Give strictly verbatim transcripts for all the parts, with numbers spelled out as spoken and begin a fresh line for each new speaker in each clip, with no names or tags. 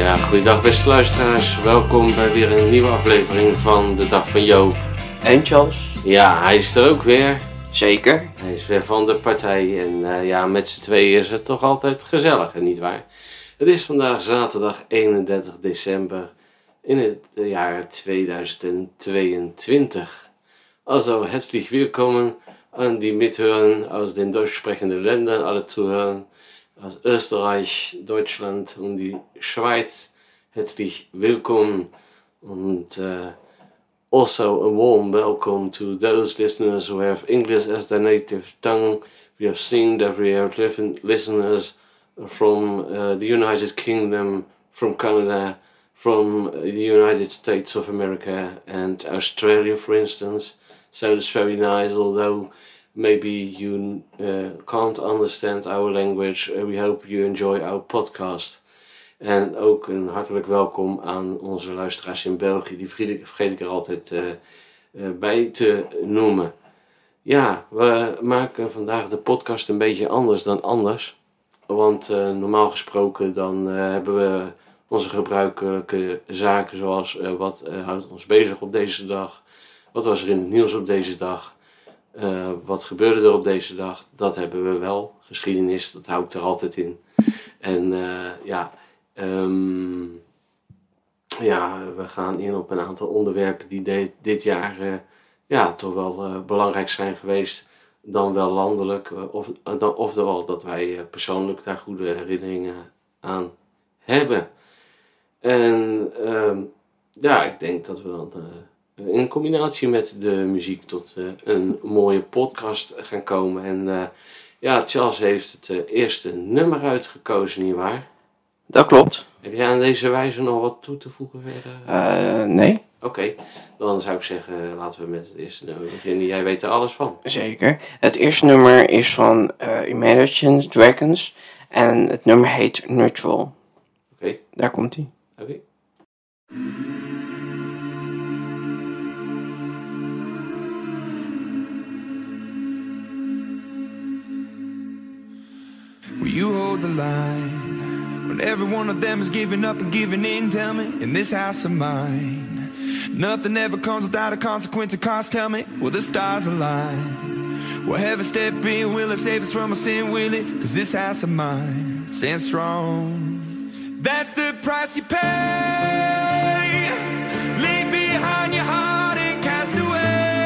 Ja, goeiedag beste luisteraars. Welkom bij weer een nieuwe aflevering van de Dag van Jo.
En Charles?
Ja, hij is er ook weer.
Zeker.
Hij is weer van de partij en uh, ja, met z'n tweeën is het toch altijd gezellig, nietwaar? Het is vandaag zaterdag eenendertig december in het jaar tweeduizend tweeëntwintig. Also, herzlich willkommen an die Mithören aus den deutschsprechenden Ländern, alle Zuhören aus Österreich, Deutschland und die Schweiz. Herzlich willkommen and uh, also a warm welcome to those listeners who have English as their native tongue. We have seen that we have listeners from uh, the United Kingdom, from Canada, from the United States of America and Australia, for instance. So it's very nice, although maybe you uh, can't understand our language. Uh, we hope you enjoy our podcast. En ook een hartelijk welkom aan onze luisteraars in België. Die vergeet ik er altijd uh, uh, bij te noemen. Ja, we maken vandaag de podcast een beetje anders dan anders. Want uh, normaal gesproken dan uh, hebben we onze gebruikelijke zaken zoals uh, wat uh, houdt ons bezig op deze dag. Wat was er in het nieuws op deze dag? Uh, wat gebeurde er op deze dag? Dat hebben we wel. Geschiedenis, dat hou ik er altijd in. En uh, ja, um, ja, we gaan in op een aantal onderwerpen die de, dit jaar uh, ja, toch wel uh, belangrijk zijn geweest. Dan wel landelijk. Uh, of, uh, dan, oftewel dat wij uh, persoonlijk daar goede herinneringen aan hebben. En um, ja, ik denk dat we dan uh, in combinatie met de muziek tot uh, een mooie podcast gaan komen. En uh, ja, Charles heeft het uh, eerste nummer uitgekozen, nietwaar?
Dat klopt.
Heb jij aan deze wijze nog wat toe te voegen verder?
Uh, nee.
Oké, okay. Dan zou ik zeggen, laten we met het eerste nummer beginnen. Jij weet er alles van.
Zeker. Het eerste nummer is van uh, Imagine Dragons en het nummer heet Neutral. Oké.
Okay.
Daar komt hij.
Oké. Okay.
Will you hold the line when every one of them is giving up and giving in? Tell me, in this house of mine, nothing ever comes without a consequence of cost. Tell me, will the stars align? Will heaven step in? Will it save us from our sin? Will it? Cause this house of mine stands strong. That's the price you pay. Leave behind your heart and cast away.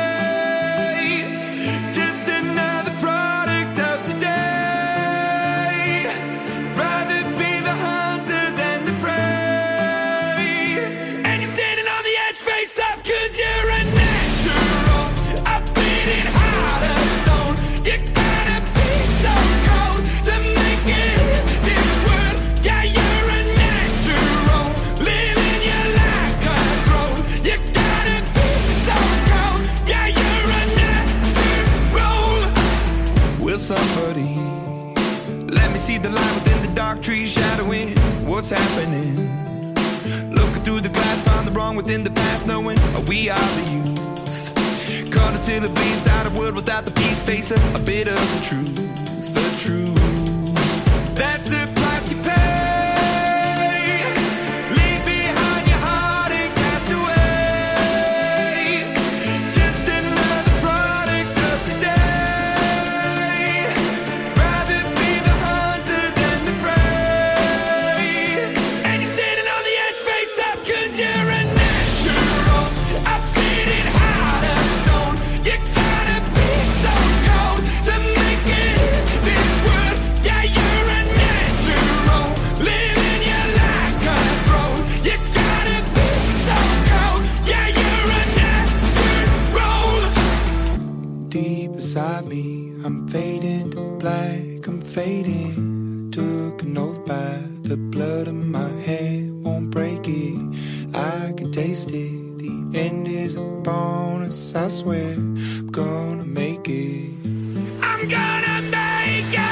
Just another product of today. Rather be the hunter than the prey. And you're standing on the edge, face up, cause you're a natural. I've been in heart of stone. You gotta be so cold to make it in this world. Yeah, you're a natural. Living your life control. You gotta be so cold. Yeah, you're a natural. Will somebody let me see the light within the dark trees shadowing what's happening? Looking through the glass, find the wrong within the past, knowing we are the youth. Caught until it bleeds out a world without the peace, face a, a bit of the truth, the truth. That's the price you pay. Leave behind your heart and cast away. Just another product of today. Rather be the hunter than the prey. And you're standing on the edge, face up, cause you're a natural. I've been in heart of stone. You gotta be so cold to make it in this world. Yeah, you're a natural. Living your life control. You gotta be so cold. Yeah, you're a natural. Deep inside me, I'm fading to black, I'm fading. Took an oath by the blood in my hand, won't break it. I can taste it. The end is upon us, I swear. I'm gonna make it. I'm gonna make it.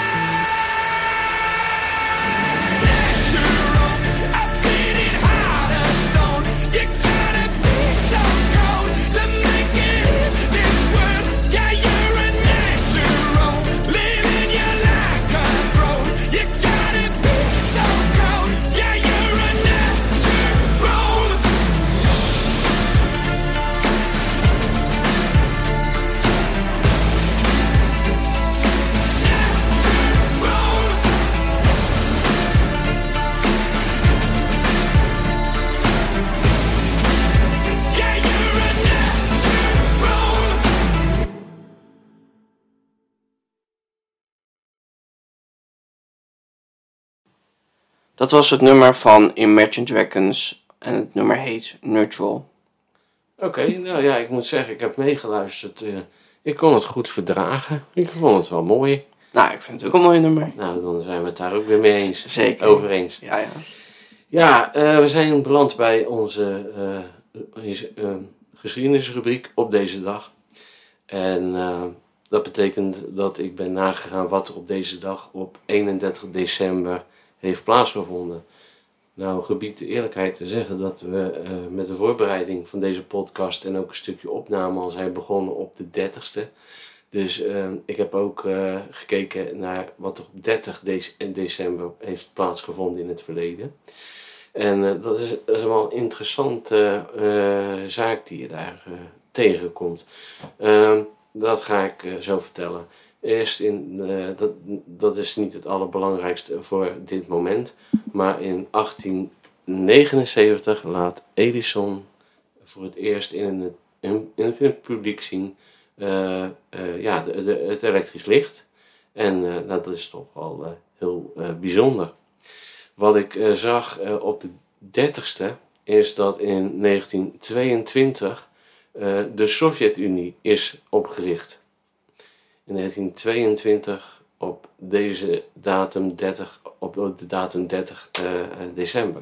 Natural. I've been in heart of stone. You gotta be so cold to make it in this world. Yeah, you're a natural. Living your life control. You gotta be so cold. Yeah, you're a natural.
Dat was het nummer van Imagine Dragons en het nummer heet Neutral.
Oké, okay, nou ja, ik moet zeggen, ik heb meegeluisterd. Uh, ik kon het goed verdragen. Ik vond het wel mooi.
Nou, ik vind het ook een mooi nummer.
Nou, dan zijn we het daar ook weer mee eens.
Zeker.
Over eens.
Ja, ja.
Ja, uh, we zijn beland bij onze uh, uh, uh, geschiedenisrubriek op deze dag. En uh, dat betekent dat ik ben nagegaan wat er op deze dag op eenendertig december heeft plaatsgevonden. Nou, gebied de eerlijkheid te zeggen dat we uh, met de voorbereiding van deze podcast en ook een stukje opname al zijn begonnen op de dertigste. Dus uh, ik heb ook uh, gekeken naar wat er op dertig december heeft plaatsgevonden in het verleden. En uh, dat, is, dat is wel een interessante uh, zaak die je daar uh, tegenkomt. Uh, dat ga ik uh, zo vertellen. Eerst in, uh, dat, dat is niet het allerbelangrijkste voor dit moment, maar in achttien negenenzeventig laat Edison voor het eerst in het, in, in het publiek zien uh, uh, ja, de, de, het elektrisch licht. En uh, nou, dat is toch wel uh, heel uh, bijzonder. Wat ik uh, zag uh, op de dertigste is dat in negentien tweeëntwintig uh, de Sovjet-Unie is opgericht. In negentien tweeëntwintig op deze datum dertig, op de datum dertig uh, december.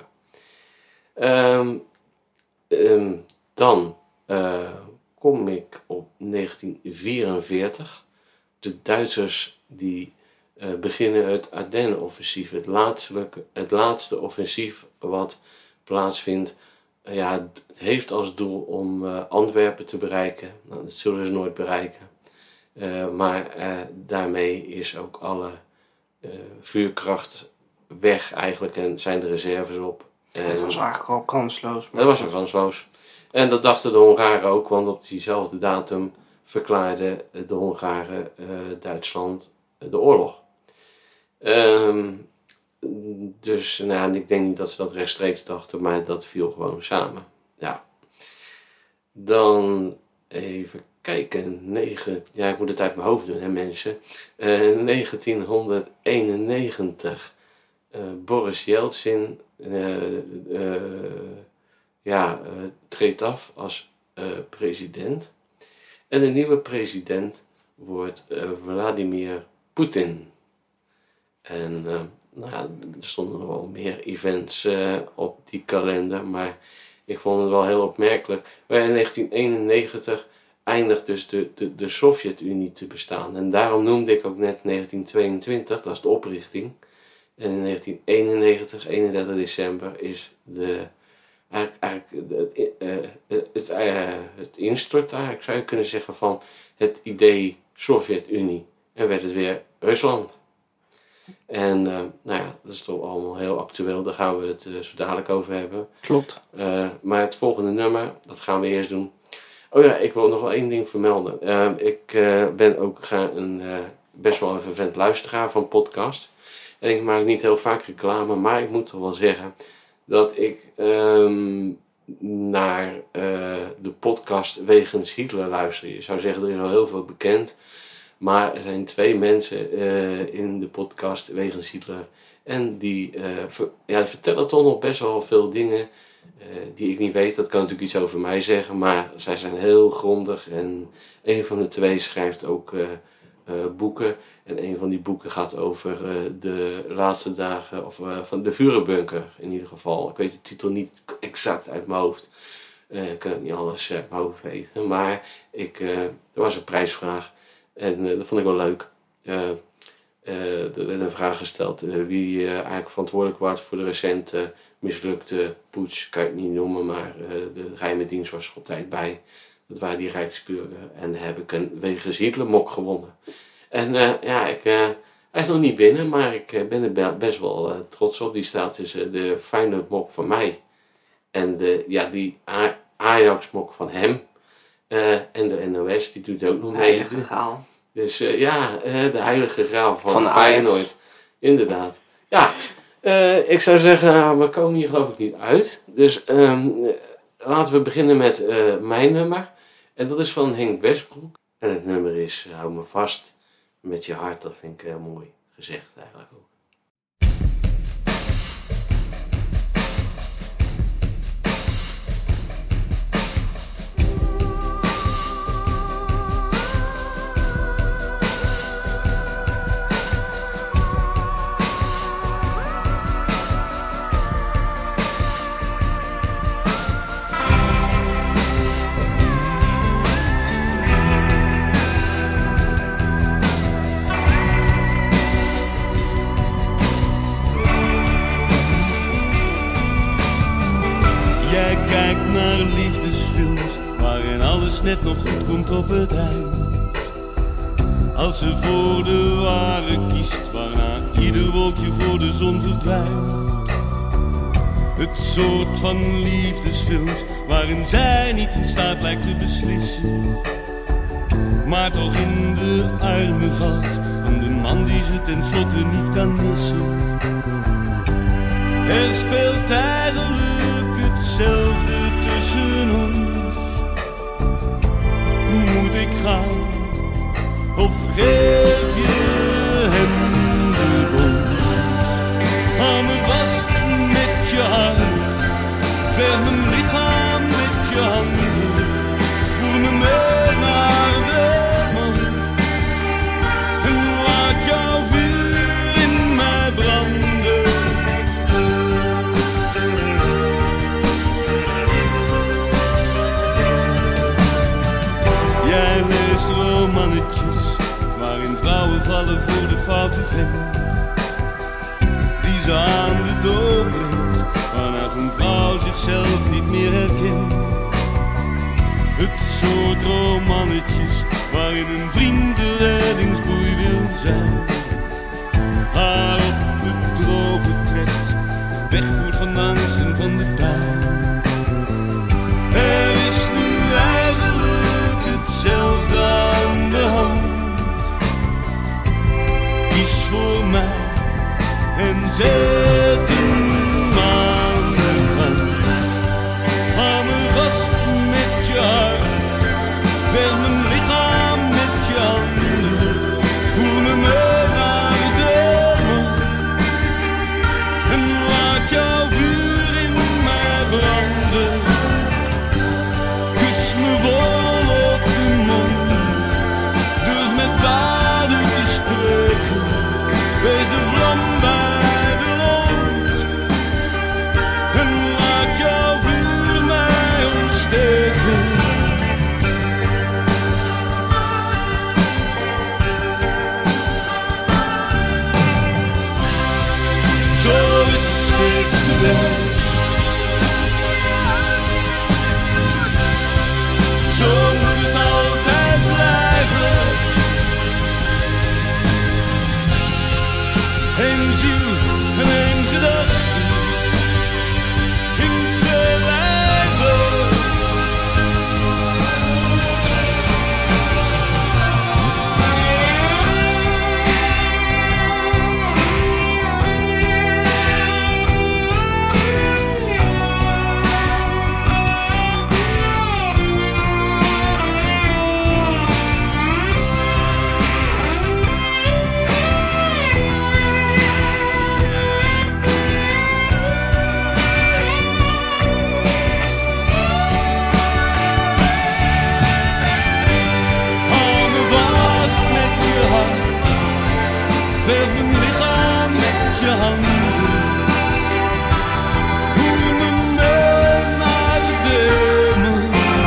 Um, um, dan uh, kom ik op negentien vierenveertig. De Duitsers die uh, beginnen het Ardennenoffensief, het laatste, het laatste offensief wat plaatsvindt. Uh, ja, het heeft als doel om uh, Antwerpen te bereiken. Nou, dat zullen ze nooit bereiken. Uh, maar uh, daarmee is ook alle uh, vuurkracht weg eigenlijk en zijn de reserves op. En
het was eigenlijk al kansloos.
Dat was al kansloos. En dat dachten de Hongaren ook, want op diezelfde datum verklaarden de Hongaren uh, Duitsland uh, de oorlog. Um, dus nou, ik denk niet dat ze dat rechtstreeks dachten, maar dat viel gewoon samen. Ja. Dan even kijken, negen, ja ik moet het uit mijn hoofd doen hè mensen, uh, negentienhonderdeenennegentig, uh, Boris Yeltsin uh, uh, ja, uh, treedt af als uh, president en de nieuwe president wordt uh, Vladimir Poetin. En uh, nou ja, er stonden nog wel meer events uh, op die kalender, maar ik vond het wel heel opmerkelijk. Maar in negentien eenennegentig eindigt dus de, de, de Sovjet-Unie te bestaan. En daarom noemde ik ook net negentien tweeëntwintig, dat is de oprichting. En in negentien eenennegentig, eenendertig december, is de, eigenlijk, eigenlijk het, uh, het, het, uh, het instorten, eigenlijk zou je kunnen zeggen, van het idee Sovjet-Unie. En werd het weer Rusland. En uh, nou ja, dat is toch allemaal heel actueel, daar gaan we het uh, zo dadelijk over hebben.
Klopt.
Uh, maar het volgende nummer, dat gaan we eerst doen. Oh ja, ik wil nog wel één ding vermelden. Uh, ik uh, ben ook een, uh, best wel een vervent luisteraar van podcast. En ik maak niet heel vaak reclame, maar ik moet toch wel zeggen dat ik um, naar uh, de podcast Wegens Hitler luister. Je zou zeggen, er is al heel veel bekend. Maar er zijn twee mensen uh, in de podcast Wegens Hitler. En die uh, ver, ja, vertellen toch nog best wel veel dingen uh, die ik niet weet. Dat kan natuurlijk iets over mij zeggen. Maar zij zijn heel grondig. En een van de twee schrijft ook uh, uh, boeken. En een van die boeken gaat over uh, de laatste dagen of, uh, van de Führerbunker in ieder geval. Ik weet de titel niet exact uit mijn hoofd. Uh, ik kan ook niet alles uit mijn hoofd weten. Maar ik, uh, er was een prijsvraag. En uh, dat vond ik wel leuk. Uh, uh, er werd een vraag gesteld uh, wie uh, eigenlijk verantwoordelijk was voor de recente mislukte poets. Kan je het niet noemen, maar uh, de geheime dienst was er op tijd bij. Dat waren die Rijksburger. En heb ik een Wegens Hitler mok gewonnen. En uh, ja, ik, uh, hij is nog niet binnen, maar ik uh, ben er best wel uh, trots op. Die staat tussen de fijne mok van mij en de, ja, die A- Ajax mok van hem. Uh, en de N O S, die doet ook nog mee.
Heilige Graal.
Dus uh, ja, uh, de heilige graal van,
Van
Feyenoord. Inderdaad. Ja, uh, ik zou zeggen, uh, we komen hier geloof ik niet uit. Dus um, laten we beginnen met uh, mijn nummer. En dat is van Henk Westbroek. En het nummer is uh, Hou me vast met je hart. Dat vind ik heel mooi gezegd eigenlijk ook.
kijkt naar liefdesfilms waarin alles net nog goed komt op het eind. Als ze voor de ware kiest, waarna ieder wolkje voor de zon verdwijnt. Het soort van liefdesfilms waarin zij niet in staat lijkt te beslissen, maar toch in de armen valt van de man die ze tenslotte niet kan missen. Er speelt eigenlijk hetzelfde tussen ons. Moet ik gaan of geef je hem de bond? Hou me vast met je hart, verf mijn lichaam met je handen, voer me mee naar de maan en laat jouw vuur in mij branden. Jij leest romannetjes waarin vrouwen vallen voor de foute vent die ze aan de dood brengt, waarna zo'n vrouw zichzelf niet meer herkent. Het soort romannetjes waarin een vriend de reddingsboei wil zijn, haar op het droge trekt, wegvoert van de angst en van de pijn. Er is nu eigenlijk hetzelfde aan de hand. Kies voor mij en zet hem aan de kant. Hou me vast met je hart, verf mijn lichaam met je handen, voer me mee naar de maan en laat jouw vuur in mij branden. Kus me vol op de mond, durf met daden te spreken, wees de vlam bij de rond en laat jouw vuur mij ontsteken. Zo is het steeds geweest, zo moet het altijd blijven. Eén ziel en één gedachte in twee lijven. Hou me vast met je hart, verf mijn lichaam met je handen, voer me mee naar de demon.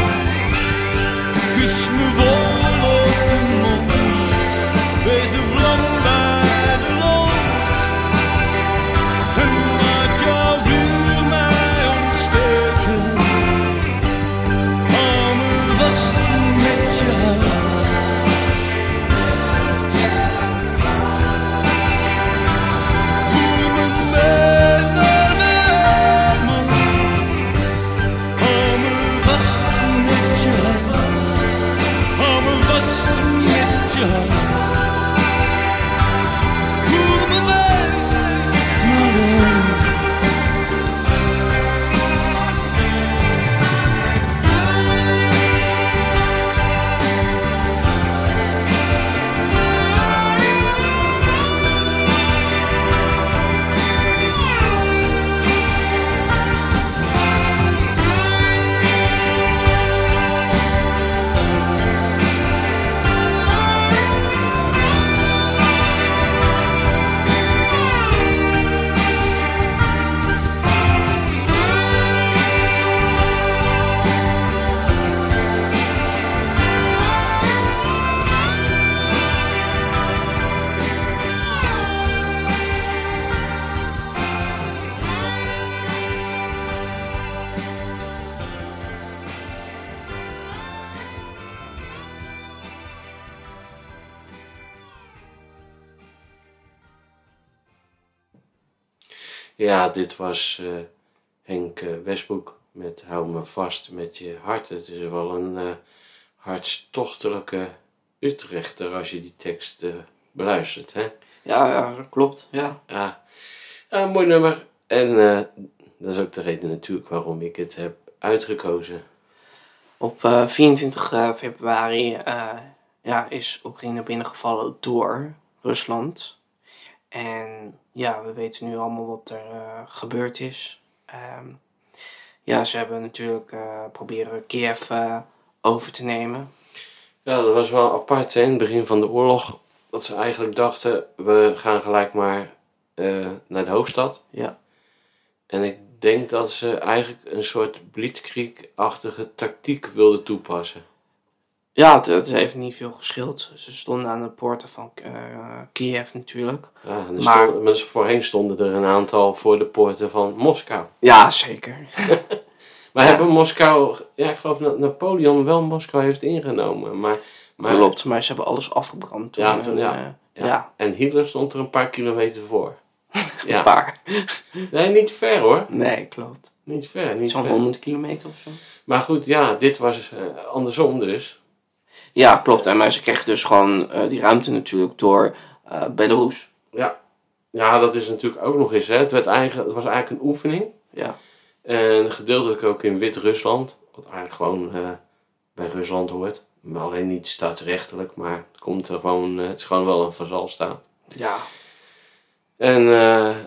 Kus me vol op de mond, wees de vlam bij de rond en laat jouw vuur mij ontsteken. Hou me vast met je hart,
Ja, dit was uh, Henk uh, Westbroek met Hou me vast met je hart. Het is wel een uh, hartstochtelijke Utrechter als je die tekst uh, beluistert, hè?
Ja, ja, dat klopt, ja.
Ja, een mooi nummer. En uh, dat is ook de reden natuurlijk waarom ik het heb uitgekozen.
Op uh, vierentwintig februari uh, ja, is Oekraïne binnengevallen door Rusland. En ja, we weten nu allemaal wat er uh, gebeurd is. Um, ja, ze hebben natuurlijk uh, proberen Kiev uh, over te nemen.
Ja, dat was wel apart, hè, in het begin van de oorlog. Dat ze eigenlijk dachten, we gaan gelijk maar uh, naar de hoofdstad.
Ja.
En ik denk dat ze eigenlijk een soort blitzkrieg-achtige tactiek wilden toepassen.
Ja, het, het heeft niet veel geschild. Ze stonden aan de poorten van uh, Kiev natuurlijk.
Ja, en
maar...
stond, maar voorheen stonden er een aantal voor de poorten van Moskou.
Ja, zeker.
maar
ja.
hebben Moskou... Ja, ik geloof dat Napoleon wel Moskou heeft ingenomen. Maar, maar...
Klopt, maar ze hebben alles afgebrand toen.
Ja, toen,
en,
ja.
Uh,
ja.
ja.
En Hitler stond er een paar kilometer voor.
Ja. Een paar.
Nee, niet ver hoor.
Nee, klopt.
Niet ver, niet
Zo'n
ver.
honderd kilometer of zo.
Maar goed, ja, dit was uh, andersom dus.
Ja, klopt. En maar ze kregen dus gewoon uh, die ruimte natuurlijk door uh, Belarus.
Ja. Ja, dat is natuurlijk ook nog eens. Hè. Het, werd eigenlijk, het was eigenlijk een oefening.
Ja.
En gedeeltelijk ook in Wit-Rusland. Wat eigenlijk gewoon uh, bij Rusland hoort. Maar alleen niet staatsrechtelijk. Maar het, komt er gewoon, uh, het is gewoon wel een vazalstaat.
Ja.
En uh,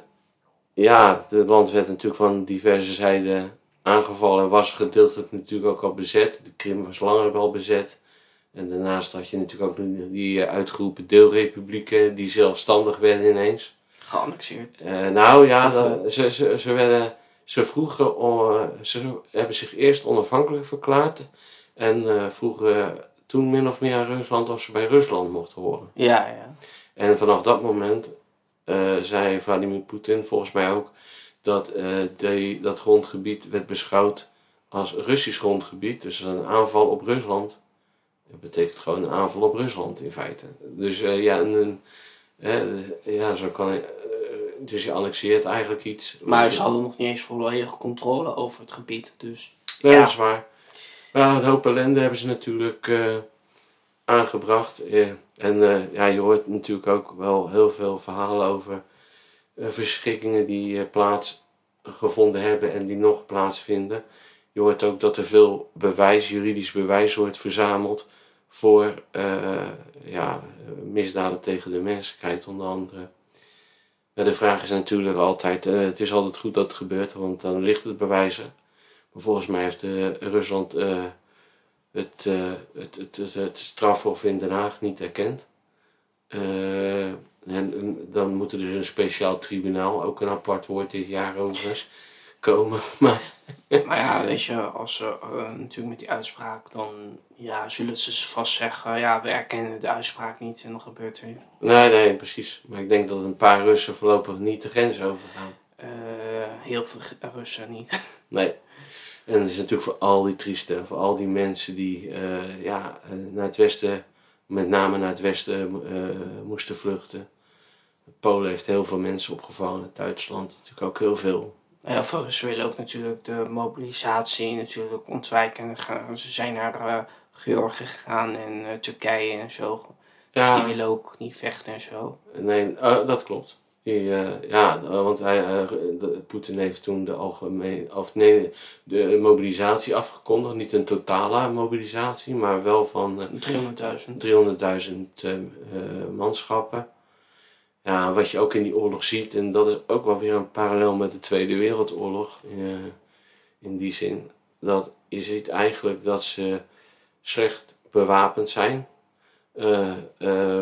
ja, het land werd natuurlijk van diverse zijden aangevallen. En was gedeeltelijk natuurlijk ook al bezet. De Krim was langer wel bezet. En daarnaast had je natuurlijk ook die uitgeroepen deelrepublieken die zelfstandig werden ineens.
Geannexeerd.
Uh, nou ja,
of,
dat, ze, ze, ze, werden, ze vroegen, uh, ze hebben zich eerst onafhankelijk verklaard. En uh, vroegen toen min of meer aan Rusland of ze bij Rusland mochten horen.
Ja, ja.
En vanaf dat moment uh, zei Vladimir Poetin volgens mij ook dat uh, die, dat grondgebied werd beschouwd als Russisch grondgebied. Dus een aanval op Rusland. Dat betekent gewoon een aanval op Rusland in feite. Dus uh, ja, een, een, uh, ja, zo kan uh, dus je annexeert eigenlijk iets.
Maar ze hadden nog niet eens volledige controle over het gebied, dus...
Nee,
ja.
dat is waar. Maar een hoop ellende hebben ze natuurlijk uh, aangebracht. Uh, en uh, ja, je hoort natuurlijk ook wel heel veel verhalen over uh, verschrikkingen die uh, plaatsgevonden hebben en die nog plaatsvinden. Je hoort ook dat er veel bewijs, juridisch bewijs wordt verzameld voor uh, ja, misdaden tegen de menselijkheid onder andere. Ja, de vraag is natuurlijk altijd, uh, het is altijd goed dat het gebeurt, want dan ligt het bewijzen. Maar volgens mij heeft uh, Rusland uh, het, uh, het, het, het, het strafhof in Den Haag niet erkend. Uh, en, en dan moet er dus een speciaal tribunaal, ook een apart woord dit jaar overigens, komen. Maar,
maar ja, weet je, als ze uh, natuurlijk met die uitspraak, dan ja, zullen ze vast zeggen, ja, we erkennen de uitspraak niet en dan gebeurt er.
Nee, nee, precies. Maar ik denk dat een paar Russen voorlopig niet de grens overgaan.
Uh, heel veel Russen niet.
Nee. En het is natuurlijk voor al die trieste, voor al die mensen die uh, ja, naar het westen, met name naar het westen uh, moesten vluchten. Polen heeft heel veel mensen opgevangen, Duitsland natuurlijk ook heel veel.
Ja, voor Russen willen ook natuurlijk de mobilisatie natuurlijk ontwijken. Ze zijn naar uh, Georgië gegaan en uh, Turkije en zo. Ja. Dus die willen ook niet vechten en zo.
Nee, uh, dat klopt. Die, uh, ja, want hij, uh, Poetin heeft toen de, algemeen, of nee, de mobilisatie afgekondigd. Niet een totale mobilisatie, maar wel van uh,
driehonderdduizend
driehonderdduizend uh, uh, manschappen. Ja, wat je ook in die oorlog ziet, en dat is ook wel weer een parallel met de Tweede Wereldoorlog, uh, in die zin, dat je ziet eigenlijk dat ze slecht bewapend zijn. Uh, uh,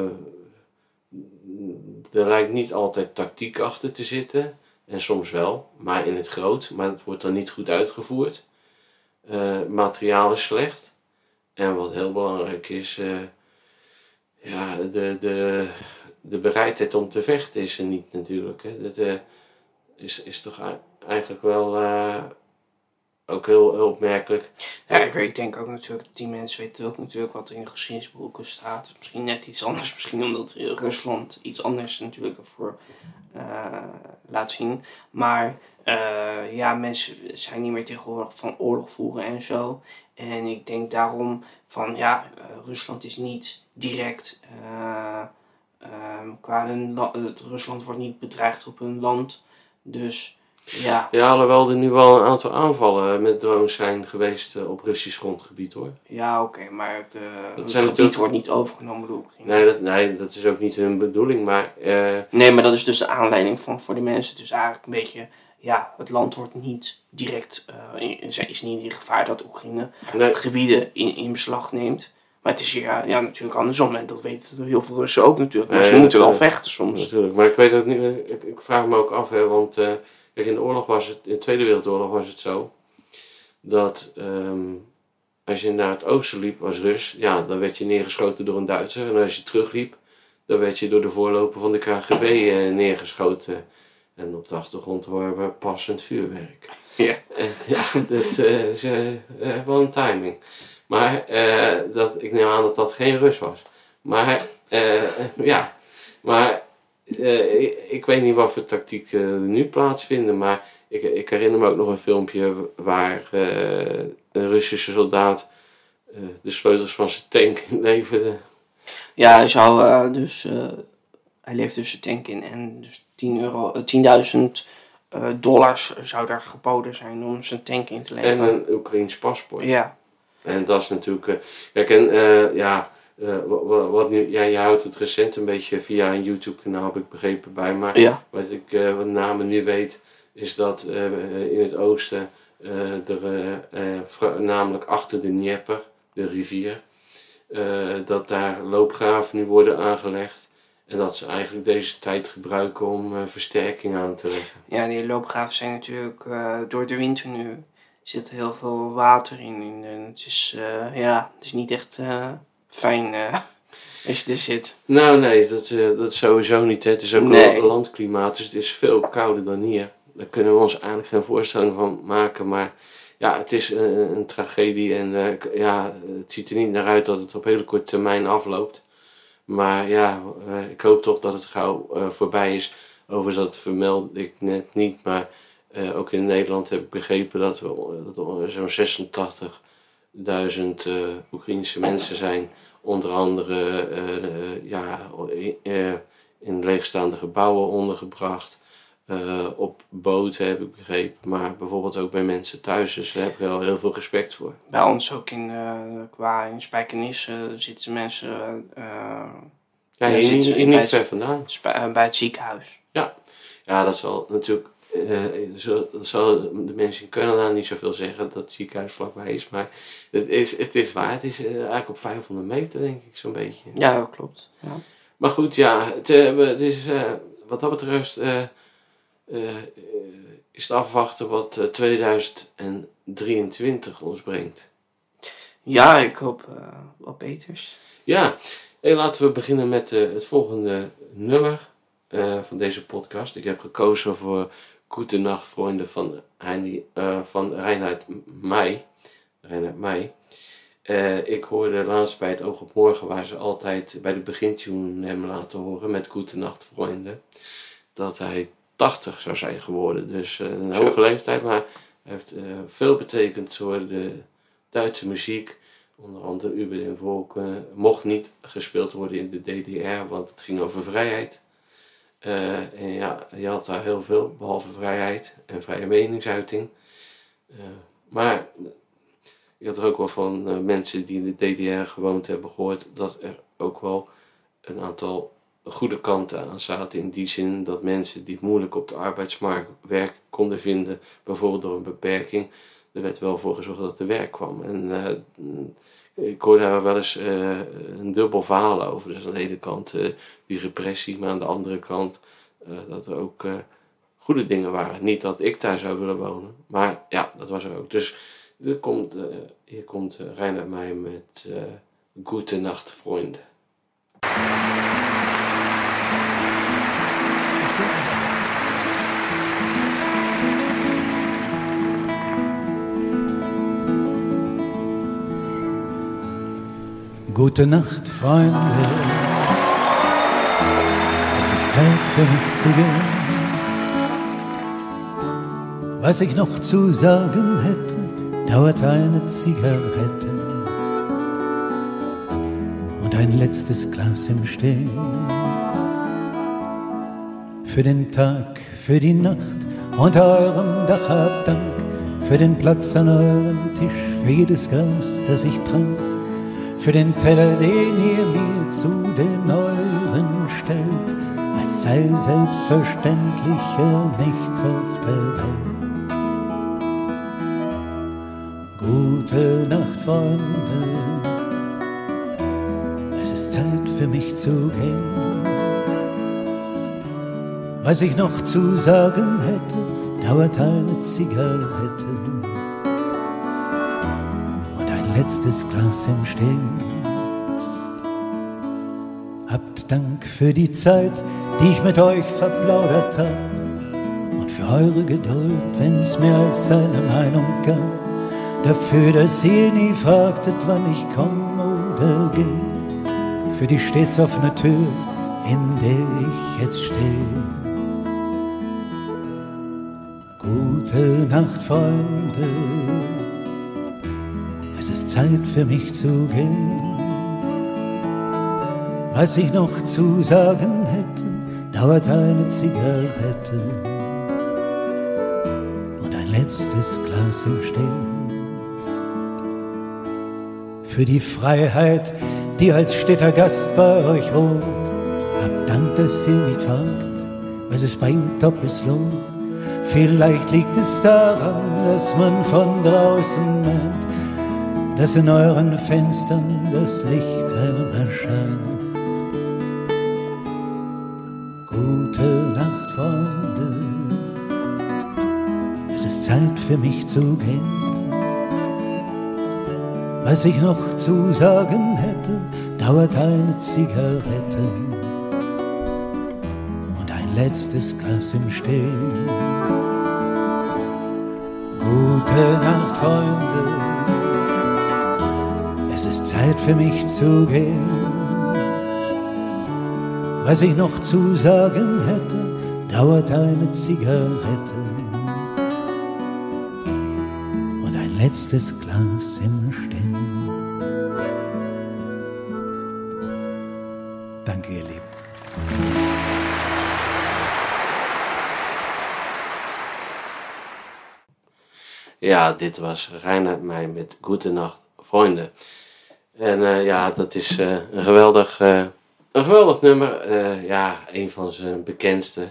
er lijkt niet altijd tactiek achter te zitten, en soms wel, maar in het groot, maar het wordt dan niet goed uitgevoerd. Uh, materiaal is slecht, en wat heel belangrijk is, uh, ja, de... de De bereidheid om te vechten is er niet natuurlijk. Hè. Dat uh, is, is toch eigenlijk wel uh, ook heel, heel opmerkelijk.
Ja, ik, ik denk ook natuurlijk dat die mensen weten ook natuurlijk wat er in de geschiedenisboeken staat. Misschien net iets anders, misschien omdat Rusland iets anders natuurlijk voor uh, laat zien. Maar uh, ja, mensen zijn niet meer tegenwoordig van oorlog voeren en zo. En ik denk daarom van ja, uh, Rusland is niet direct uh, uh, qua hun la- het Rusland wordt niet bedreigd op hun land. Dus ja.
Ja, alhoewel er nu wel een aantal aanvallen met drones zijn geweest uh, op Russisch grondgebied hoor.
Ja, oké, okay, maar de, het gebied
natuurlijk...
wordt niet overgenomen door Oekraïne.
Nee dat, nee, dat is ook niet hun bedoeling, maar... Uh...
Nee, maar dat is dus de aanleiding van voor de mensen. Dus eigenlijk een beetje, ja, het land wordt niet direct, uh, in, is niet in gevaar dat Oekraïne
nee.
gebieden in, in beslag neemt. Maar het is ja, ja, natuurlijk andersom. En dat weten heel veel Russen ook natuurlijk. Maar nee, ze moeten wel vechten soms.
Natuurlijk, maar ik weet ook niet, ik, ik vraag me ook af, hè, want... Uh, Kijk, in de oorlog was het, in de Tweede Wereldoorlog was het zo, dat um, als je naar het oosten liep als Rus, ja, dan werd je neergeschoten door een Duitser. En als je terugliep, dan werd je door de voorloper van de K G B uh, neergeschoten. En op de achtergrond horen we passend vuurwerk.
Ja.
En, ja, dat uh, is uh, uh, wel een timing. Maar uh, dat, ik neem aan dat dat geen Rus was. Maar, uh, ja, maar... Uh, ik, ik weet niet wat voor tactieken uh, er nu plaatsvinden, maar ik, ik herinner me ook nog een filmpje waar uh, een Russische soldaat uh, de sleutels van zijn tank leverde.
Ja, hij zou uh, dus, uh, hij leeft dus zijn tank in en dus tien euro, uh, tienduizend uh, dollars zou daar geboden zijn om zijn tank in te leveren.
En een Oekraïns paspoort.
Ja.
En dat is natuurlijk, uh, kijk en uh, ja... Uh, wat, wat nu, ja, je houdt het recent een beetje via een YouTube kanaal, heb ik begrepen bij, maar
ja.
wat ik uh, wat namen nu weet, is dat uh, in het oosten, uh, er, uh, uh, vra- namelijk achter de Dnieper, de rivier, uh, dat daar loopgraven nu worden aangelegd en dat ze eigenlijk deze tijd gebruiken om uh, versterking aan te leggen.
Ja, die loopgraven zijn natuurlijk uh, door de winter nu, zit heel veel water in en het is, uh, ja, het is niet echt... Uh, fijn uh, als je er zit.
Nou nee, dat, uh, dat sowieso niet. Hè. Het is ook
nee.
wel landklimaat, dus het is veel kouder dan hier. Daar kunnen we ons eigenlijk geen voorstelling van maken. Maar ja, het is een, een tragedie en uh, ja, het ziet er niet naar uit dat het op hele korte termijn afloopt. Maar ja, uh, ik hoop toch dat het gauw uh, voorbij is. Overigens, dat vermeld ik net niet, maar uh, ook in Nederland heb ik begrepen dat we dat er zo'n zesentachtigduizend uh, Oekraïense mensen zijn. Onder andere uh, uh, ja, uh, in leegstaande gebouwen ondergebracht. Uh, op boten heb ik begrepen, maar bijvoorbeeld ook bij mensen thuis. Dus daar heb ik wel heel veel respect voor.
Bij ons ook in, uh, qua in Spijkenisse uh, zitten mensen... Uh,
ja, hier niet, hier niet ver vandaan.
Sp- bij het ziekenhuis.
Ja, ja dat zal natuurlijk... Uh, zo, dat zal de mensen in Canada niet zoveel zeggen dat het ziekenhuis vlakbij is. Maar het is, het is waar. Het is uh, eigenlijk op vijfhonderd meter, denk ik, zo'n beetje.
Ja, dat klopt. Ja.
Maar goed, ja, het, uh, het is uh, wat dat betreft... Uh, Uh, uh, is het afwachten wat uh, tweeduizend drieëntwintig ons brengt.
Ja, ik hoop uh, wat beters.
Ja, hey, laten we beginnen met uh, het volgende nummer uh, van deze podcast. Ik heb gekozen voor Gute Nacht Vrienden van, Heini, uh, van Reinhard May. Reinhard May. Uh, ik hoorde laatst bij het Oog op Morgen, waar ze altijd bij de begintune hem laten horen met Gute Nacht Vrienden, dat hij tachtig zou zijn geworden. Dus uh, een hoge leeftijd, maar hij heeft uh, veel betekend voor de Duitse muziek. Onder andere Über den Wolken mocht niet gespeeld worden in de D D R, want het ging over vrijheid. Uh, en ja, je had daar heel veel, behalve vrijheid en vrije meningsuiting. Uh, maar ik had er ook wel van uh, mensen die in de D D R gewoond hebben gehoord, dat er ook wel een aantal goede kanten aan zaten, in die zin dat mensen die moeilijk op de arbeidsmarkt werk konden vinden, bijvoorbeeld door een beperking, er werd wel voor gezorgd dat er werk kwam. En uh, ik hoorde daar wel eens uh, een dubbel verhaal over. Dus aan de ene kant uh, die repressie, maar aan de andere kant uh, dat er ook uh, goede dingen waren. Niet dat ik daar zou willen wonen, maar ja, dat was er ook. Dus er komt, uh, hier komt uh, Reinhard May met uh, Gute Nacht Vrienden.
Gute Nacht, Freunde. Es ist Zeit für mich zu gehen. Was ich noch zu sagen hätte, dauert eine Zigarette und ein letztes Glas im Stehen. Für den Tag, für die Nacht unter eurem Dach hab Dank, für den Platz an eurem Tisch, für jedes Glas, das ich trank, für den Teller, den ihr mir zu den euren stellt, als sei selbstverständlicher nichts auf der Welt. Gute Nacht, Freunde, es ist Zeit für mich zu gehen. Was ich noch zu sagen hätte, dauert eine Zigarette und ein letztes Glas im Stehen. Habt Dank für die Zeit, die ich mit euch verplaudert hab, und für eure Geduld, wenn's mehr als eine Meinung gab. Dafür, dass ihr nie fragtet, wann ich komm oder geh. Für die stets offene Tür, in der ich jetzt stehe. Gute Nacht, Freunde, es ist Zeit für mich zu gehen. Was ich noch zu sagen hätte, dauert eine Zigarette und ein letztes Glas im Stehen. Für die Freiheit, die als steter Gast bei euch wohnt, habt Dank, dass ihr nicht fragt, was es bei ihm Doppes lohnt. Vielleicht liegt es daran, dass man von draußen meint, dass in euren Fenstern das Licht wärmer scheint. Gute Nacht, Freunde, es ist Zeit für mich zu gehen. Was ich noch zu sagen hätte, dauert eine Zigarette und ein letztes Glas im Stehen. Gute Nacht, Freunde, es ist Zeit für mich zu gehen. Was ich noch zu sagen hätte, dauert eine Zigarette und ein letztes Glas im Stehen. Danke, ihr Lieben.
Ja, dit was Reinhard Meij met Goedenacht, Vrienden. En uh, ja, dat is uh, een, geweldig, uh, een geweldig nummer. Uh, ja, een van zijn bekendste.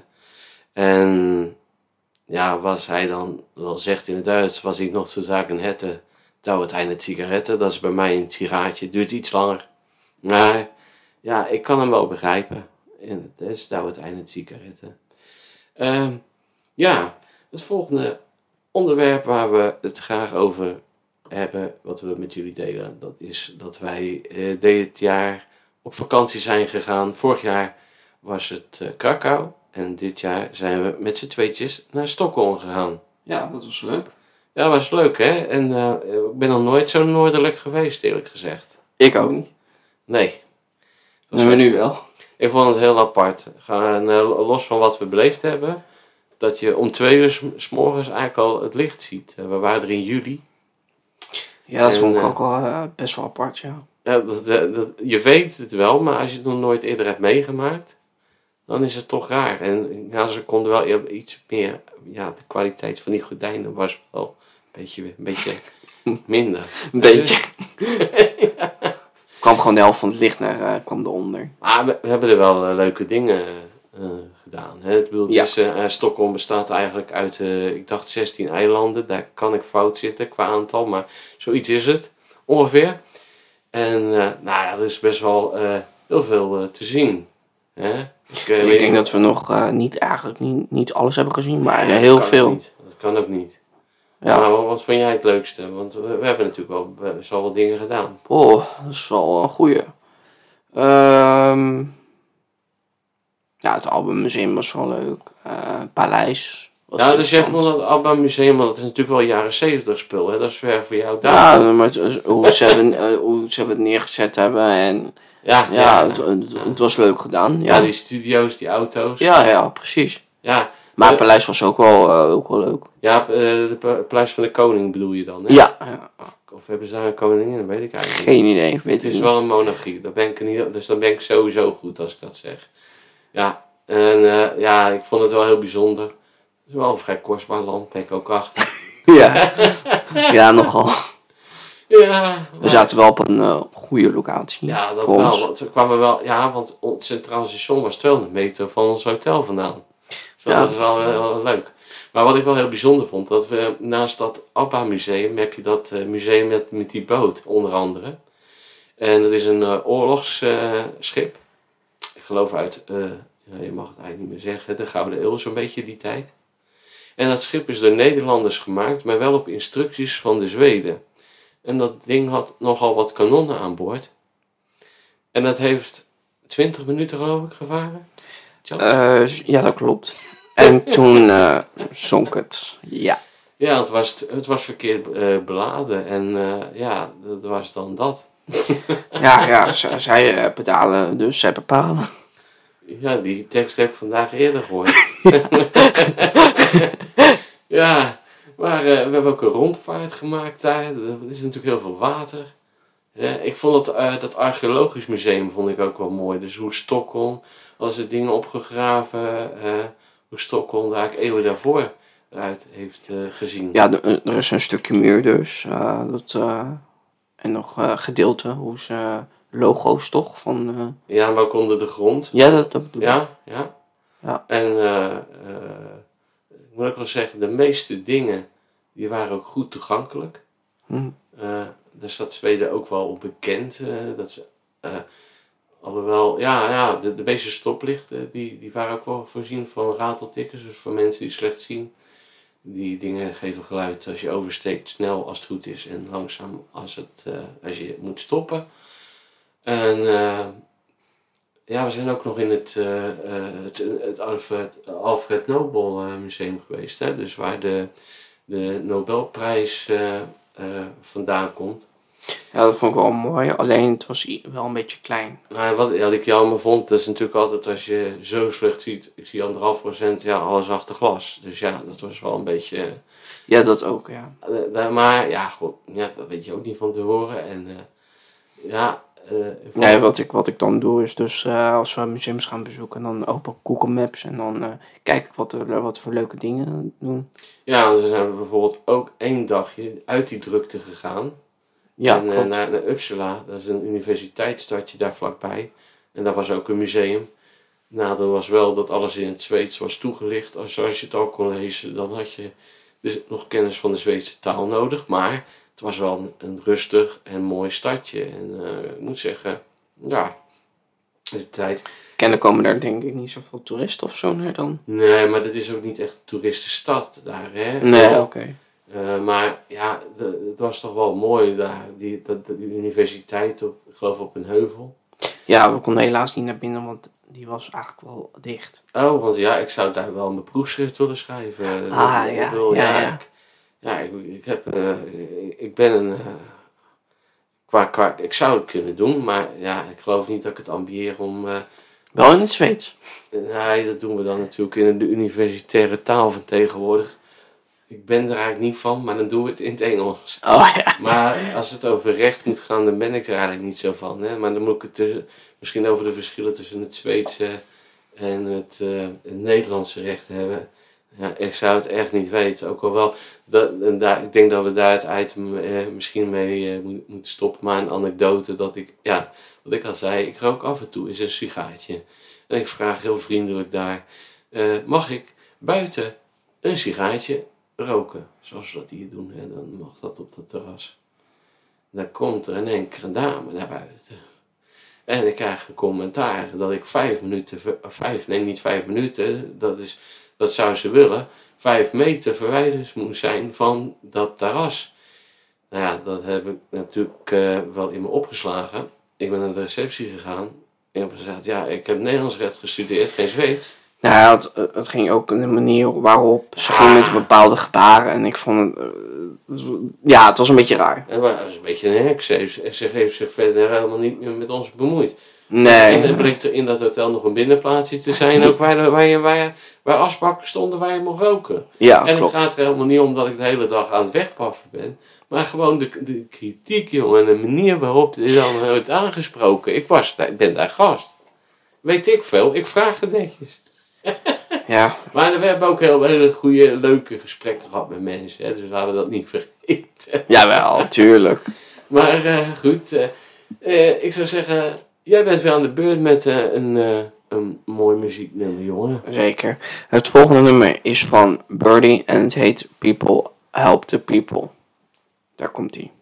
En ja, was hij dan wel zegt in het Duits, was ik nog te zaken hätte, dauert hij een sigaretten. Dat is bij mij een sigaartje, duurt iets langer. Maar ja, ik kan hem wel begrijpen. En het is dauert hij een sigaretten. Uh, ja, het volgende onderwerp waar we het graag over hebben, wat we met jullie delen, dat is dat wij uh, dit jaar op vakantie zijn gegaan. Vorig jaar was het uh, Krakau en dit jaar zijn we met z'n tweetjes naar Stockholm gegaan.
Ja, dat was leuk.
Ja, dat was leuk, hè? En uh, ik ben nog nooit zo noordelijk geweest, eerlijk gezegd.
Ik ook niet.
Nee.
Maar echt, nu wel.
Ik vond het heel apart. Gaan, uh, los van wat we beleefd hebben, dat je om twee uur 's morgens eigenlijk al het licht ziet. Uh, we waren er in juli.
Ja, dat
en,
vond ik
uh,
ook wel uh, best wel apart, ja.
Ja, dat, dat, dat, je weet het wel, maar als je het nog nooit eerder hebt meegemaakt, dan is het toch raar. En ja, ze konden wel iets meer, ja, de kwaliteit van die gordijnen was wel een beetje, een beetje minder.
Een beetje. Ja. Kwam gewoon de helft van het licht naar, uh, kwam eronder.
Maar we, we hebben er wel uh, leuke dingen uh, gedaan. Hè? Het, bedoel, het
Ja.
is, uh, Stockholm bestaat eigenlijk uit, uh, ik dacht zestien eilanden. Daar kan ik fout zitten qua aantal, maar zoiets is het ongeveer. En uh, nou ja, er is best wel uh, heel veel uh, te zien. Hè? Ik, uh,
Ik
weet
denk
niet-
dat we nog uh, niet, eigenlijk niet, niet alles hebben gezien, maar
Ja, dat
heel
kan ook
veel.
niet. Dat kan ook niet.
Ja.
Maar wat vond jij het leukste? Want we, we hebben natuurlijk wel best wel wat dingen gedaan.
Oh, dat is wel een goeie. Ehm ja, het Alpenmuseum was wel leuk. Uh, Paleis. Was
Ja, dus jij
interessant.
vond het Abba Museum, want dat is natuurlijk wel jaren zeventig spul. Hè? Dat is ver voor jou
Ja,
daar.
maar het, hoe, ze hebben, uh, hoe ze hebben het neergezet hebben. En
Ja,
ja, het, het, het was leuk gedaan. Ja,
Ja, die studio's, die auto's.
ja, ja, precies.
Ja,
Maar het paleis was ook wel, uh, ook wel leuk.
Ja, uh, het Paleis van de Koning bedoel je dan, hè?
Ja. ja.
Of, of hebben ze daar een koningin? Dat weet ik eigenlijk
Geen idee, ik weet
niet. Het is wel een monarchie, daar ben ik er niet, dus dan ben ik sowieso goed als ik dat zeg. Ja, en uh, ja, ik vond het wel heel bijzonder. Het is wel een vrij kostbaar land, ben ik ook achter.
Ja, ja nogal.
Ja.
We zaten wel op een uh, goede locatie.
Ja, dat
voor
wel.
ons.
Want we kwamen wel, ja, want het Centraal Station was tweehonderd meter van ons hotel vandaan. Dus dat
Ja.
was wel, wel leuk. Maar wat ik wel heel bijzonder vond, dat we naast dat ABBA museum heb je dat uh, museum met, met die boot, onder andere. En dat is een uh, oorlogsschip. Uh, ik geloof uit, uh, ja, je mag het eigenlijk niet meer zeggen, de Gouden Eeuw, zo'n beetje die tijd. En dat schip is door Nederlanders gemaakt, maar wel op instructies van de Zweden. En dat ding had nogal wat kanonnen aan boord. En dat heeft twintig minuten geloof ik gevaren.
Uh, ja, dat klopt. En toen uh, zonk het. Ja.
Ja, het was, het was verkeerd uh, beladen. En uh, ja, dat was dan dat.
ja, ja z- zij uh, betalen, dus zij bepalen.
Ja, die tekst heb ik vandaag eerder gehoord. Ja, maar uh, we hebben ook een rondvaart gemaakt daar. Er is natuurlijk heel veel water. Ja, ik vond dat, uh, dat archeologisch museum vond ik ook wel mooi. Dus hoe Stockholm, als er dingen opgegraven, uh, hoe Stockholm daar eigenlijk eeuwen daarvoor uit heeft uh, gezien.
Ja, de, er is een stukje muur dus. Uh, dat, uh, en nog uh, gedeelte, hoe ze logo's toch? Van, uh...
Ja, maar ook onder de grond.
Ja, dat, dat bedoel ik.
Ja, ja.
Ja.
En uh, uh, ik moet ook wel zeggen, de meeste dingen die waren ook goed toegankelijk.
Hm.
Uh, daar staat Zweden ook wel op bekend. Uh, dat ze, uh, alhoewel, ja, ja de, de meeste stoplichten die, die waren ook wel voorzien van rateltikkers. Dus voor mensen die slecht zien. Die dingen geven geluid als je oversteekt, snel als het goed is. En langzaam als, het, uh, als je moet stoppen. En uh, ja, we zijn ook nog in het, uh, uh, het, het Alfred, Alfred Nobel uh, Museum geweest. Hè? Dus waar de, de Nobelprijs uh, uh, vandaan komt.
Ja, dat vond ik wel mooi. Alleen het was i- wel een beetje klein.
Maar wat, wat ik jammer vond, dat is natuurlijk altijd als je zo slecht ziet. Ik zie anderhalf procent, ja, alles achter glas. Dus ja, dat was wel een beetje... Uh,
Ja, dat ook, ja.
uh, maar ja, goed, ja, dat weet je ook niet van tevoren. En uh, ja... Uh,
Nee, wat ik, wat ik dan doe is dus uh, als we museums gaan bezoeken, dan open ik Google Maps en dan uh, kijk ik wat er wat voor leuke dingen doen.
Ja, want we zijn bijvoorbeeld ook één dagje uit die drukte gegaan.
Ja,
en uh,
klopt.
naar, naar Uppsala, dat is een universiteitsstadje daar vlakbij. En daar was ook een museum. Nadeel was wel dat alles in het Zweeds was toegelicht. Als, als je het al kon lezen, dan had je dus nog kennis van de Zweedse taal nodig. Maar het was wel een, een rustig en mooi stadje. En uh, ik moet zeggen, ja, de tijd...
Kennelijk komen daar denk ik niet zoveel toeristen of zo naar dan.
Nee, maar dat is ook niet echt een toeristenstad daar, hè?
Nee, oké.
Wel,
Okay.
Uh, maar ja, de, het was toch wel mooi daar, die, dat, die universiteit, op, ik geloof op een heuvel.
Ja, we konden helaas niet naar binnen, want die was eigenlijk wel dicht.
Oh, want ja, ik zou daar wel mijn proefschrift willen schrijven.
Ah,
ik,
ja,
bedoel,
ja,
ja,
ja.
Ik, ja, ik, ik, heb, uh, ik, ik ben een, uh, qua, qua, ik zou het kunnen doen, maar ja, ik geloof niet dat ik het ambieer om... Uh,
wel in het Zweeds?
Nee, dat doen we dan natuurlijk in de universitaire taal van tegenwoordig. Ik ben er eigenlijk niet van, maar dan doen we het in het Engels.
Oh ja.
Maar als het over recht moet gaan, dan ben ik er eigenlijk niet zo van. Hè? Maar dan moet ik het er, misschien over de verschillen tussen het Zweedse en het, uh, het Nederlandse recht hebben. Ja, ik zou het echt niet weten. Ook al wel, dat, en daar, ik denk dat we daar het item uh, misschien mee uh, moet, moeten stoppen. Maar een anekdote dat ik, ja, wat ik al zei, ik rook af en toe eens een sigaartje. En ik vraag heel vriendelijk daar, uh, mag ik buiten een sigaartje roken, zoals we dat hier doen, hè? Dan mag dat op dat terras. Dan komt er een enkele dame naar buiten. En ik krijg een commentaar dat ik vijf minuten, vijf, nee niet vijf minuten, dat, is, dat zou ze willen, vijf meter verwijderd moet zijn van dat terras. Nou ja, dat heb ik natuurlijk uh, wel in me opgeslagen. Ik ben naar de receptie gegaan en heb gezegd, ja, ik heb Nederlands recht gestudeerd, geen Zweeds.
Nou ja, het, het ging ook in de manier waarop ze ging met bepaalde gebaren en ik vond het, uh, ja, het was een beetje raar.
En dat is een beetje een hek. Ze heeft, ze heeft zich verder helemaal niet meer met ons bemoeid.
Nee.
En er bleek er in dat hotel nog een binnenplaatsje te zijn, ook waar, waar, je, waar, je, waar asbakken stonden waar je mocht roken.
Ja,
En
klopt.
het gaat er helemaal niet om dat ik de hele dag aan het wegpaffen ben. Maar gewoon de, de kritiek, jongen, en de manier waarop dit dan wordt aangesproken. Ik, was, ik ben daar gast. Weet ik veel, ik vraag het netjes.
Ja.
Maar we hebben ook heel, hele goede, leuke gesprekken gehad met mensen. Hè, dus laten we dat niet vergeten.
Jawel, tuurlijk.
Maar uh, goed, uh, uh, ik zou zeggen, jij bent weer aan de beurt met uh, een, uh, een mooi muzieknummer, jongen.
Zeker. Het volgende nummer is van Birdie en het heet People Help the People. Daar komt ie.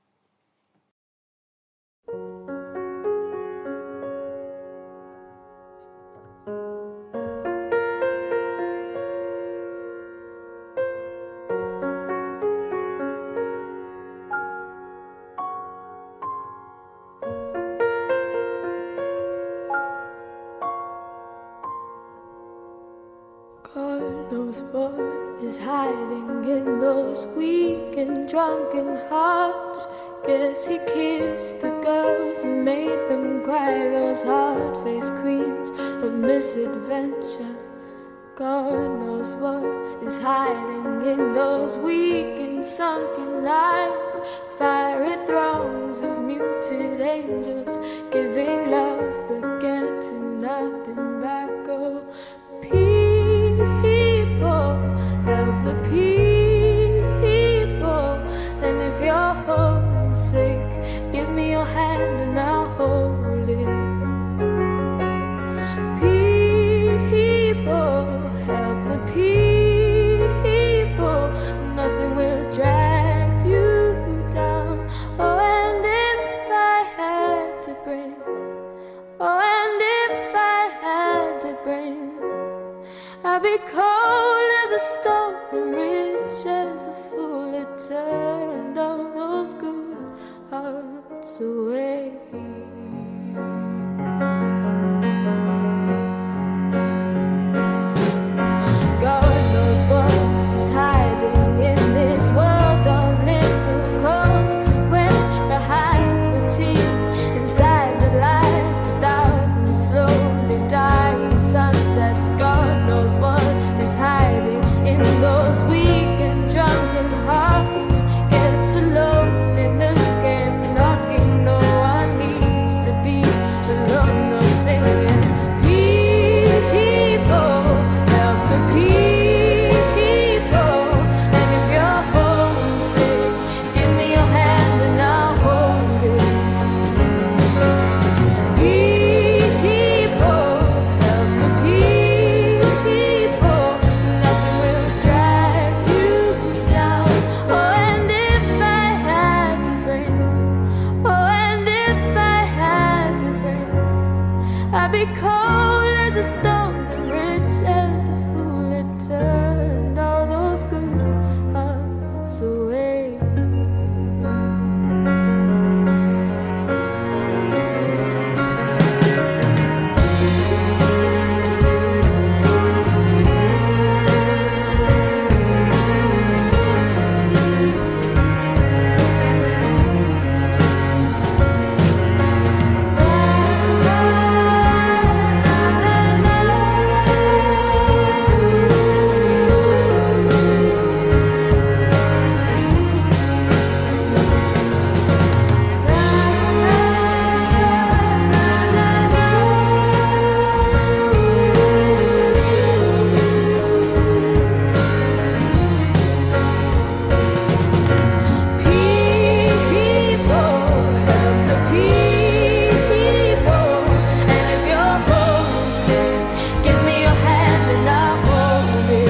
God knows what is hiding in those weak and drunken hearts. Guess he kissed the girls and made them cry, those hard-faced queens of misadventure. God knows what is hiding in those weak and sunken lines, fiery throngs of muted angels giving love but getting nothing back. Oh, people, help the people. And if you're homesick, give me your hand and I'll hold it. People, help the people. Nothing will drag you down. Oh, and if I had to bring, oh, and if I had to bring, I'd be cold as a stone and rich as a fool that turned all those good hearts away. God knows what is hiding in this world of little consequence, behind the tears, inside the lies, a thousand slowly dying sunsets. God knows what is hiding in those weak and drunken hearts. Guess the loneliness came knocking. No one needs to be alone or singing. People, help the people. And if you're homesick, give me your hand and I'll hold it. People, help the people. Nothing will drag you down. Oh, and if I had to bring, oh, and if I had to bring, I'd be cold as a stone and rich as the fool that turned all those good hearts away. People, help the people. And if you're homesick, give me your hand and I'll hold it.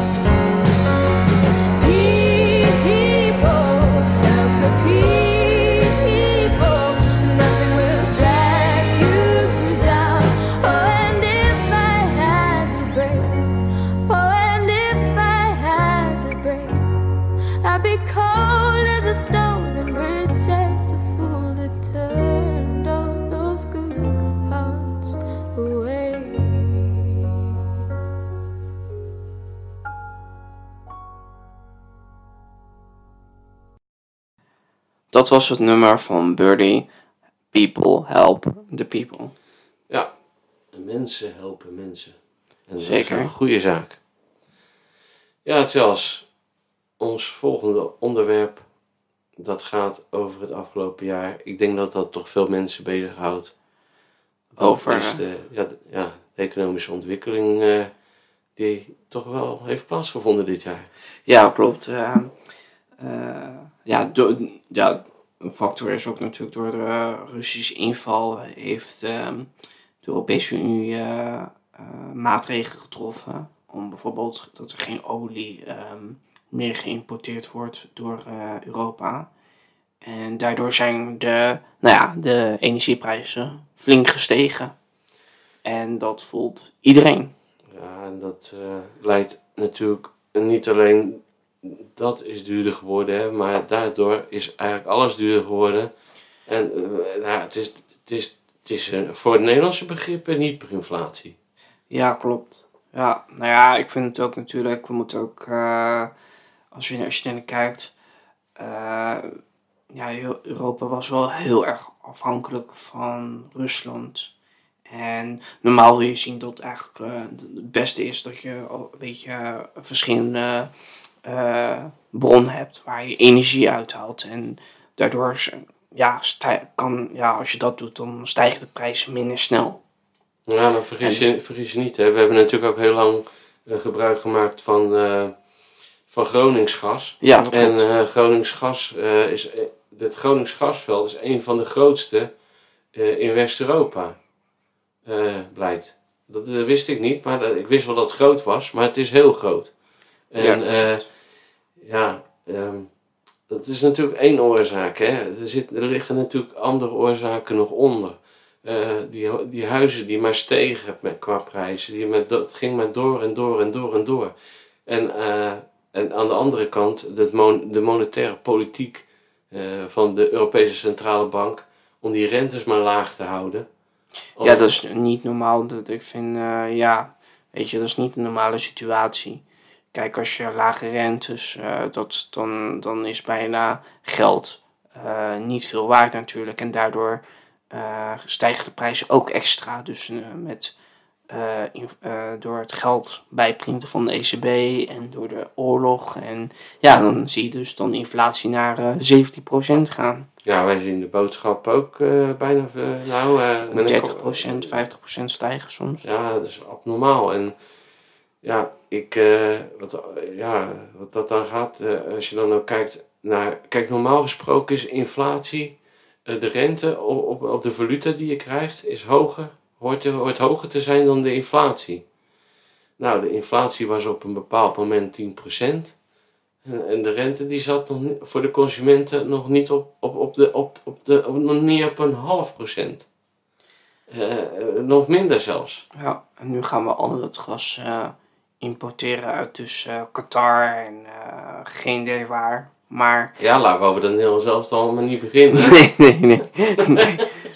People, help the people. Nothing will drag you down. Oh, and if I had to break, oh, and if I had to break, I'd be cold as a stone and rich as a fool that turned all those good hearts away.
Dat was het nummer van Birdie, people help the people.
Ja, mensen helpen mensen. En dat
Zeker.
is een goede zaak. Ja, Charles, ons volgende onderwerp, dat gaat over het afgelopen jaar. Ik denk dat dat toch veel mensen bezighoudt. Dat
Over,
is de, ja, de, ja, de economische ontwikkeling uh, die toch wel heeft plaatsgevonden dit jaar.
Ja, klopt. Uh, uh, ja, do, ja, een factor is ook natuurlijk door de Russische inval heeft uh, de Europese Unie uh, uh, maatregelen getroffen om bijvoorbeeld dat er geen olie um, meer geïmporteerd wordt door uh, Europa. En daardoor zijn de, nou ja, de energieprijzen flink gestegen. En dat voelt iedereen.
Ja, en dat uh, leidt natuurlijk niet alleen dat is duurder geworden, hè, maar daardoor is eigenlijk alles duurder geworden. En uh, nou, het is, het is, het is uh, voor het Nederlandse begrip een hyperinflatie.
Ja, klopt. Ja, nou ja, ik vind het ook natuurlijk, we moeten ook, uh, als je, als je naar kijkt, uh, ja, Europa was wel heel erg afhankelijk van Rusland. En normaal wil je zien dat eigenlijk uh, het beste is dat je een beetje verschillende uh, bronnen hebt waar je energie uithaalt. En daardoor, ja, stij- kan, ja, als je dat doet, dan stijgen de prijzen minder snel.
Ja, maar vergis je, vergis je niet, hè. We hebben natuurlijk ook heel lang uh, gebruik gemaakt van, uh, van Gronings gas.
Ja, dat
en
klopt.
uh, Gronings gas uh, is, het Gronings gasveld is een van de grootste uh, in West-Europa, uh, blijkt. Dat uh, wist ik niet, maar dat, ik wist wel dat het groot was, maar het is heel groot. En ja, uh, ja um, dat is natuurlijk één oorzaak, hè. Er, zit, er liggen natuurlijk andere oorzaken nog onder. Uh, die, die huizen die maar stegen met, qua prijzen, die met, dat ging maar door en door en door en door. En, uh, en aan de andere kant de, mon, de monetaire politiek uh, van de Europese Centrale Bank om die rentes maar laag te houden.
Ja, dat is niet normaal. Dat ik vind, uh, ja, weet je, dat is niet een normale situatie. Kijk, als je lage rentes, uh, dat, dan, dan is bijna geld uh, niet veel waard natuurlijk. En daardoor uh, stijgen de prijzen ook extra. Dus uh, met, uh, in, uh, door het geld bijprinten van de E C B en door de oorlog. En ja, dan zie je dus dan inflatie naar uh, zeventien procent gaan.
Ja, wij zien de boodschap ook uh, bijna, uh, nou... Uh, met
dertig procent, vijftig procent stijgen soms.
Ja, dat is abnormaal. En ja, ik, uh, wat, ja, wat dat dan gaat, uh, als je dan ook kijkt naar... Kijk, normaal gesproken is inflatie, uh, de rente op, op, op de valuta die je krijgt, is hoger, hoort, hoort hoger te zijn dan de inflatie. Nou, de inflatie was op een bepaald moment tien procent. En de rente die zat nog niet, voor de consumenten nog niet op, op, op de, op, op de, op, nog niet op een half procent. Uh, nog minder zelfs.
Ja, en nu gaan we al het gas uh, importeren uit dus uh, Qatar en uh, geen idee waar. Maar...
Ja, laten we over de Nederlands zelfs allemaal niet beginnen.
nee, nee, nee. Nee,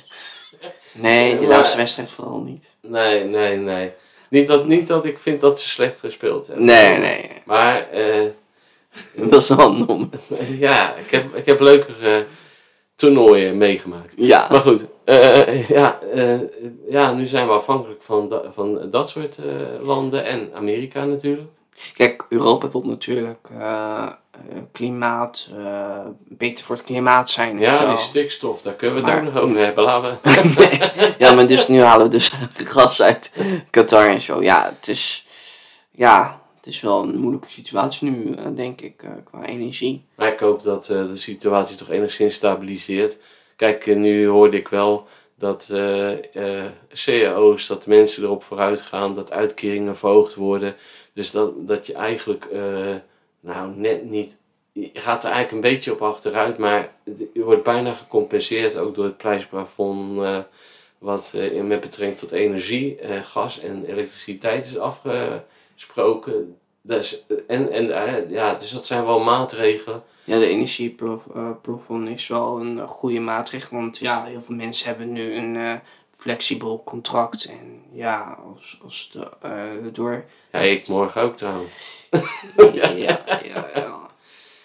nee die
maar,
laatste wedstrijd vooral niet.
Nee, nee, nee. Niet dat, niet dat ik vind dat ze slecht gespeeld hebben.
Nee, nee.
Maar... Uh,
dat is wel een non.
Ja, ik heb, ik heb leukere toernooien meegemaakt.
Ja.
Maar goed, uh, ja, uh, ja, nu zijn we afhankelijk van, da, van dat soort uh, landen en Amerika natuurlijk.
Kijk, Europa wil natuurlijk uh, uh, klimaat, uh, beter voor het klimaat zijn.
Ja,
zo.
die stikstof, daar kunnen we
maar,
het ook nog over hebben. Laten we...
ja, maar dus nu halen we dus gas uit Qatar en zo. Ja, het is... Ja... Het is wel een moeilijke situatie nu, denk ik, qua energie.
Maar ik hoop dat uh, de situatie toch enigszins stabiliseert. Kijk, uh, nu hoorde ik wel dat uh, uh, C A O's, dat mensen erop vooruit gaan, dat uitkeringen verhoogd worden. Dus dat, dat je eigenlijk, uh, nou net niet, je gaat er eigenlijk een beetje op achteruit, maar je wordt bijna gecompenseerd ook door het prijsplafond uh, wat uh, met betrekking tot energie, uh, gas en elektriciteit is afgesproken. Dus, en, en, ja, dus dat zijn wel maatregelen.
Ja, de energieplafond is wel een goede maatregel, want ja, heel veel mensen hebben nu een uh, flexibel contract. En ja, als, als de, uh, door...
Ja, ik morgen ook trouwens.
ja, ja, ja, ja.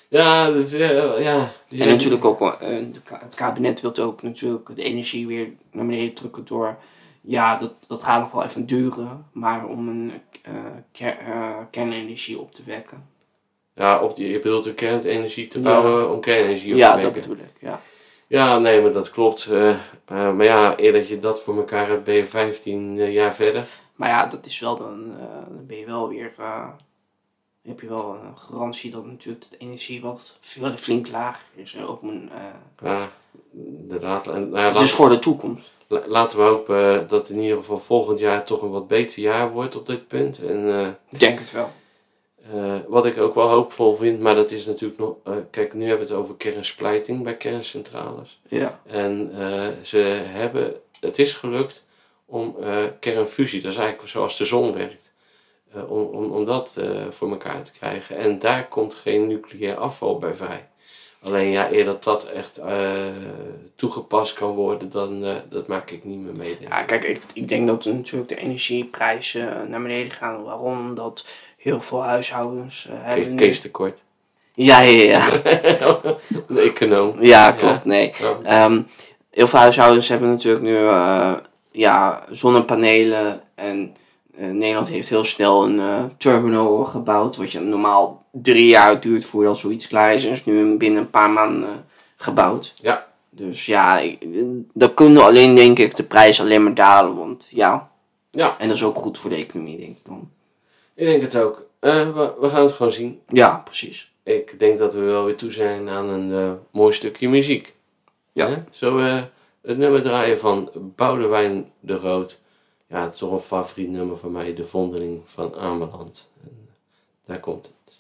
Ja, dat, uh, ja.
En natuurlijk ook, uh, de, het kabinet wil ook natuurlijk de energie weer naar beneden drukken door... Ja, dat, dat gaat nog wel even duren, maar om een uh, ker, uh, kernenergie op te wekken.
Ja, op die, je bedoelt een kernenergie te bouwen ja. om kernenergie op
ja,
te wekken.
Ja, dat bedoel ik, ja.
Ja, nee, maar dat klopt. Uh, uh, maar ja, eer dat je dat voor elkaar hebt, ben je vijftien uh, jaar verder.
Maar ja, dat is wel dan, uh, dan ben je wel weer... Uh, heb je wel een garantie dat natuurlijk de energie wat flink lager is. Ook mijn, uh,
ja, inderdaad. En, nou ja,
het is voor de toekomst.
Laten we hopen uh, dat het in ieder geval volgend jaar toch een wat beter jaar wordt op dit punt. En, uh,
ik denk het wel.
Uh, wat ik ook wel hoopvol vind, maar dat is natuurlijk nog... Uh, kijk, nu hebben we het over kernsplijting bij kerncentrales.
Ja.
En uh, ze hebben... Het is gelukt om uh, kernfusie, dat is eigenlijk zoals de zon werkt, uh, om, om, om dat uh, voor elkaar te krijgen. En daar komt geen nucleair afval bij vrij. Alleen ja, eer dat dat echt uh, toegepast kan worden, dan uh, dat maak ik niet meer mee.
Ja, kijk, ik, ik denk dat natuurlijk de energieprijzen naar beneden gaan. Waarom? Omdat heel veel huishoudens uh, hebben nu...
Keestekort.
Ja, ja, ja.
De econoom.
Ja, klopt, ja. nee.
Ja.
Um, heel veel huishoudens hebben natuurlijk nu uh, ja, zonnepanelen en... Uh, Nederland heeft heel snel een uh, terminal gebouwd, wat je normaal drie jaar duurt voordat zoiets klaar is. En is nu binnen een paar maanden uh, gebouwd.
Ja.
Dus ja, ik, dan kunnen alleen denk ik de prijs alleen maar dalen, want ja.
Ja.
En dat is ook goed voor de economie, denk ik dan.
Ik denk het ook. Uh, we, we gaan het gewoon zien.
Ja, precies.
Ik denk dat we wel weer toe zijn aan een uh, mooi stukje muziek.
Ja.
Uh, Zo uh, het nummer draaien van Boudewijn de Rood. Ja, het is toch een favoriet nummer van mij, De Vondeling van Ameland. En daar komt het.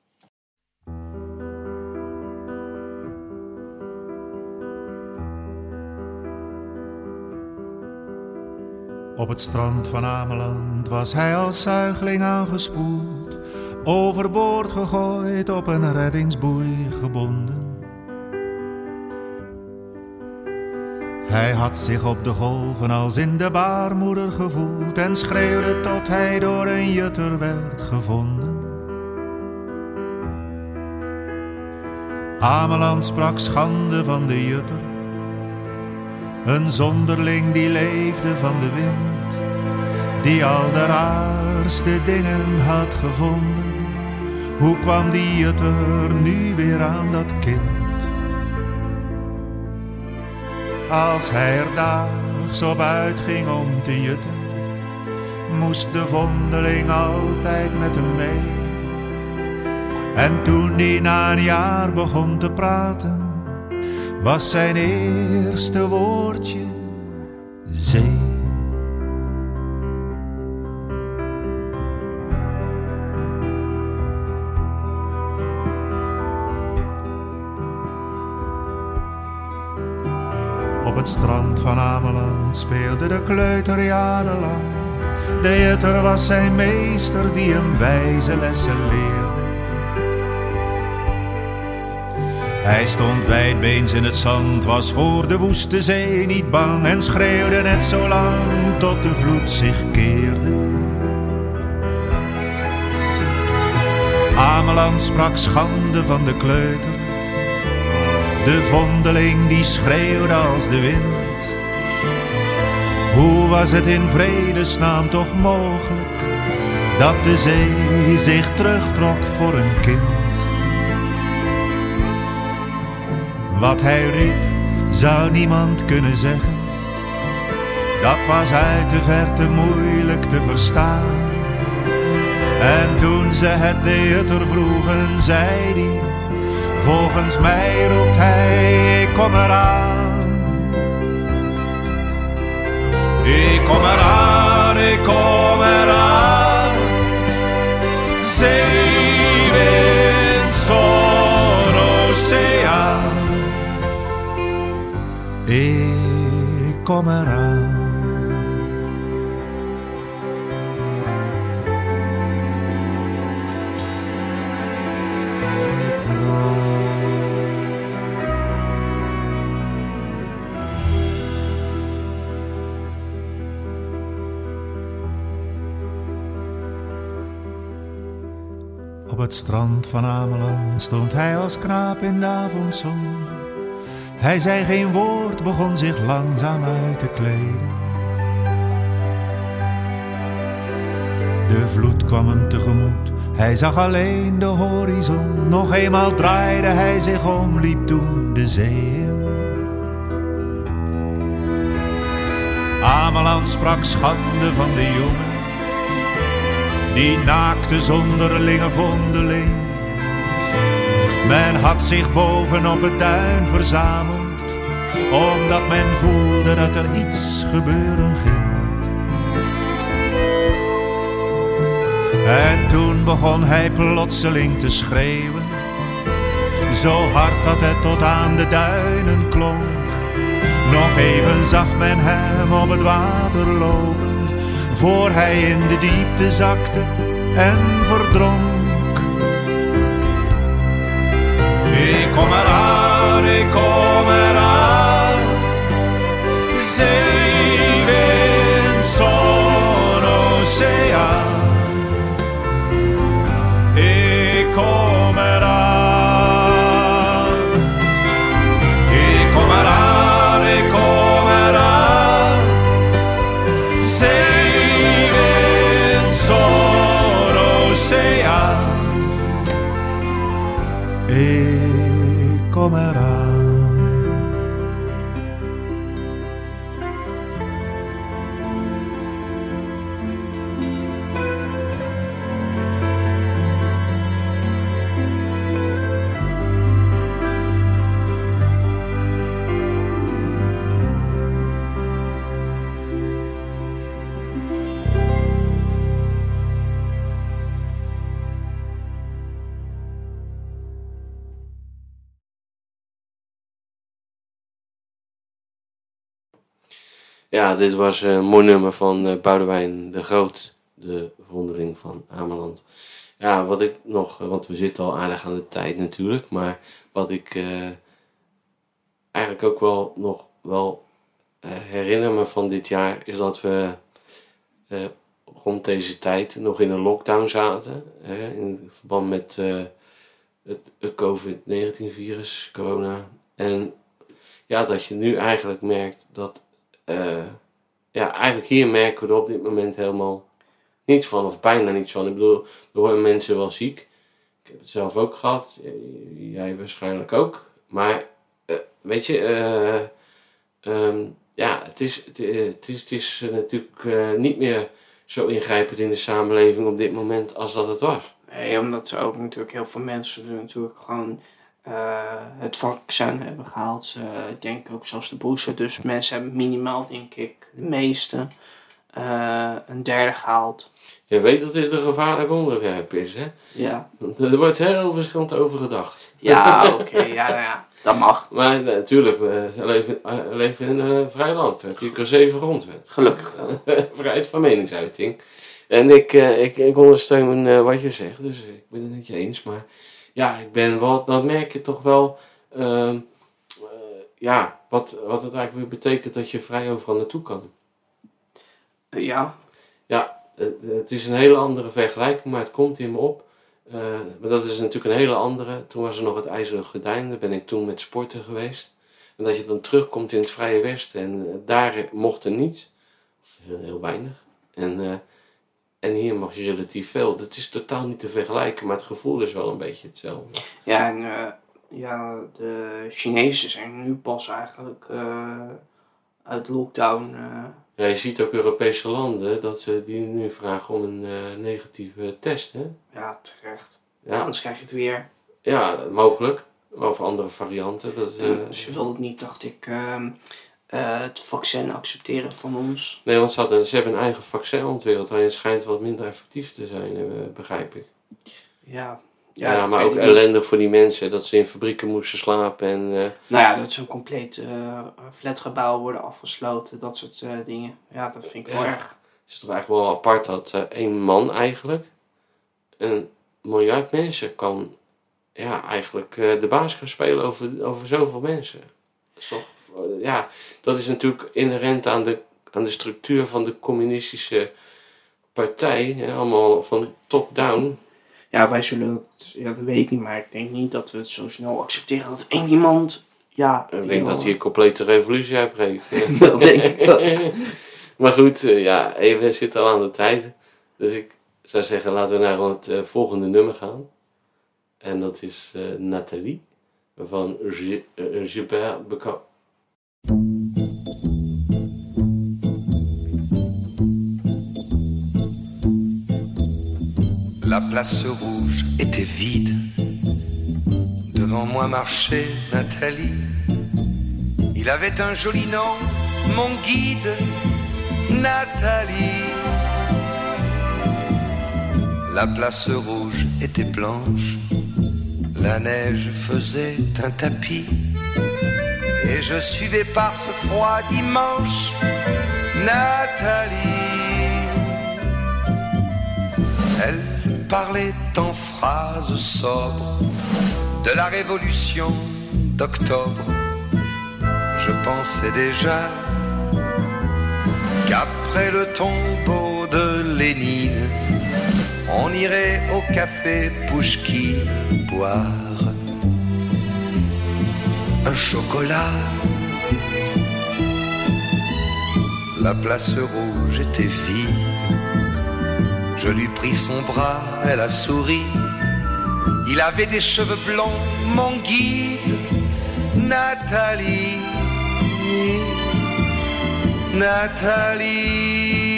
Op het strand van Ameland was hij als zuigeling aangespoeld, overboord gegooid, op een reddingsboei gebonden. Hij had zich op de golven als in de baarmoeder gevoeld en schreeuwde tot hij door een jutter werd gevonden. Ameland sprak schande van de jutter, een zonderling die leefde van de wind, die al de raarste dingen had gevonden. Hoe kwam die jutter nu weer aan dat kind? Als hij er daags op uitging om te jutten, moest de vondeling altijd met hem mee. En toen hij na een jaar begon te praten, was zijn eerste woordje zee. Op het strand van Ameland speelde de kleuter jarenlang. De jutter was zijn meester die hem wijze lessen leerde. Hij stond wijdbeens in het zand, was voor de woeste zee niet bang en schreeuwde net zo lang tot de vloed zich keerde. Ameland sprak schande van de kleuter, de vondeling die schreeuwde als de wind. Hoe was het in vredesnaam toch mogelijk dat de zee zich terugtrok voor een kind? Wat hij riep zou niemand kunnen zeggen, dat was uit de verte moeilijk te verstaan. En toen ze het de jutter vroegen, zei hij: volgens mij roept hij, ik kom eraan. Ik kom eraan, ik kom eraan. Zee, wind, zon, oceaan. Ik kom eraan. Op het strand van Ameland stond hij als knaap in de avondzon. Hij zei geen woord, begon zich langzaam uit te kleden. De vloed kwam hem tegemoet, hij zag alleen de horizon. Nog eenmaal draaide hij zich om, liep toen de zee in. Ameland sprak schande van de jongen, die naakte zonderlinge vondeling. Men had zich boven op het duin verzameld, omdat men voelde dat er iets gebeuren ging. En toen begon hij plotseling te schreeuwen, zo hard dat het tot aan de duinen klonk. Nog even zag men hem op het water lopen, voor hij in de diepte zakte en verdronk. Ik kom eraan, ik kom eraan, zee, wind, zon, oceaan. Ik kom eraan, ik kom eraan, ik kom eraan, zee, wind, zon, oceaan. Ik kom eraan.
Ja, dit was een mooi nummer van uh, Boudewijn de Groot, de vondeling van Ameland. Ja, wat ik nog, want we zitten al aardig aan de tijd natuurlijk, maar wat ik uh, eigenlijk ook wel nog wel uh, herinner me van dit jaar, is dat we uh, rond deze tijd nog in een lockdown zaten, hè, in verband met uh, het, het covid negentien virus, corona. En ja, dat je nu eigenlijk merkt dat Uh, ja, eigenlijk hier merken we er op dit moment helemaal niets van, of bijna niets van. Ik bedoel, er worden mensen wel ziek. Ik heb het zelf ook gehad, jij waarschijnlijk ook. Maar, uh, weet je, uh, um, ja, het is, het, uh, het is, het is uh, natuurlijk uh, niet meer zo ingrijpend in de samenleving op dit moment als dat het was.
Nee, omdat er ook natuurlijk heel veel mensen er natuurlijk gewoon Uh, het vaccin hebben gehaald. Uh, ik denk ook zelfs de booster. Dus mensen hebben minimaal, denk ik, de meeste uh, een derde gehaald.
Je weet dat dit een gevaarlijk onderwerp is, hè?
Ja.
Er wordt heel verschillend over gedacht.
Ja, oké. Okay, ja, ja, dat mag.
Maar natuurlijk, we leven, uh, leven in een uh, vrij land. Artikel zeven grondwet.
Gelukkig wel.
Vrijheid van meningsuiting. En ik, uh, ik, ik ondersteun uh, wat je zegt. Dus ik ben het met je eens. Maar ja, ik ben wel, dan merk je toch wel, uh, uh, ja, wat, wat het eigenlijk weer betekent dat je vrij overal naartoe kan.
Uh, ja.
Ja, uh, het is een hele andere vergelijking, maar het komt in me op. Uh, maar dat is natuurlijk een hele andere. Toen was er nog het IJzeren Gordijn, daar ben ik toen met sporten geweest. En dat je dan terugkomt in het Vrije Westen en uh, daar mocht er niets, of heel, heel weinig. En... Uh, En hier mag je relatief veel. Dat is totaal niet te vergelijken, maar het gevoel is wel een beetje hetzelfde.
Ja, en uh, ja, de Chinezen zijn nu pas eigenlijk uh, uit lockdown. Uh...
Ja, je ziet ook Europese landen dat ze die nu vragen om een uh, negatieve test, hè?
Ja, terecht.
Ja.
Anders krijg je het weer.
Ja, mogelijk. Of andere varianten. Dat, uh...
ja, ze wilden het niet, dacht ik... Uh, Uh, het vaccin accepteren van ons.
Nee, want ze, hadden, ze hebben een eigen vaccin ontwikkeld. Alleen het schijnt wat minder effectief te zijn, uh, begrijp ik.
Ja,
ja, ja maar ook ellendig voor die mensen. Dat ze in fabrieken moesten slapen. En, uh,
nou ja, dat zo'n compleet uh, flatgebouw worden afgesloten. Dat soort uh, dingen. Ja, dat vind ik wel
ja,
erg.
Het is toch eigenlijk wel apart dat uh, één man eigenlijk een miljard mensen kan ja, eigenlijk uh, de baas gaan spelen over, over zoveel mensen. Dat is toch... Ja, dat is natuurlijk inherent aan de, aan de structuur van de communistische partij. Ja, allemaal van top-down.
ja, wij zullen het, ja, dat weet ik niet, maar ik denk niet dat we het zo snel accepteren dat één iemand, ja...
Ik denk dat hij een complete revolutie uitbreekt.
Dat denk ik wel.
Maar goed, uh, ja, even zit al aan de tijd. Dus ik zou zeggen, laten we naar het uh, volgende nummer gaan. En dat is uh, Nathalie van Gilbert Bécaud.
La place rouge était vide. Devant moi marchait Nathalie. Il avait un joli nom, mon guide, Nathalie. La place rouge était blanche. La neige faisait un tapis. Et je suivais par ce froid dimanche Nathalie. Elle parlait en phrases sobres de la révolution d'octobre. Je pensais déjà qu'après le tombeau de Lénine, on irait au café Pouchkine boire un chocolat. La place rouge était vide. Je lui pris son bras, elle a souri. Il avait des cheveux blonds, mon guide, Nathalie, Nathalie.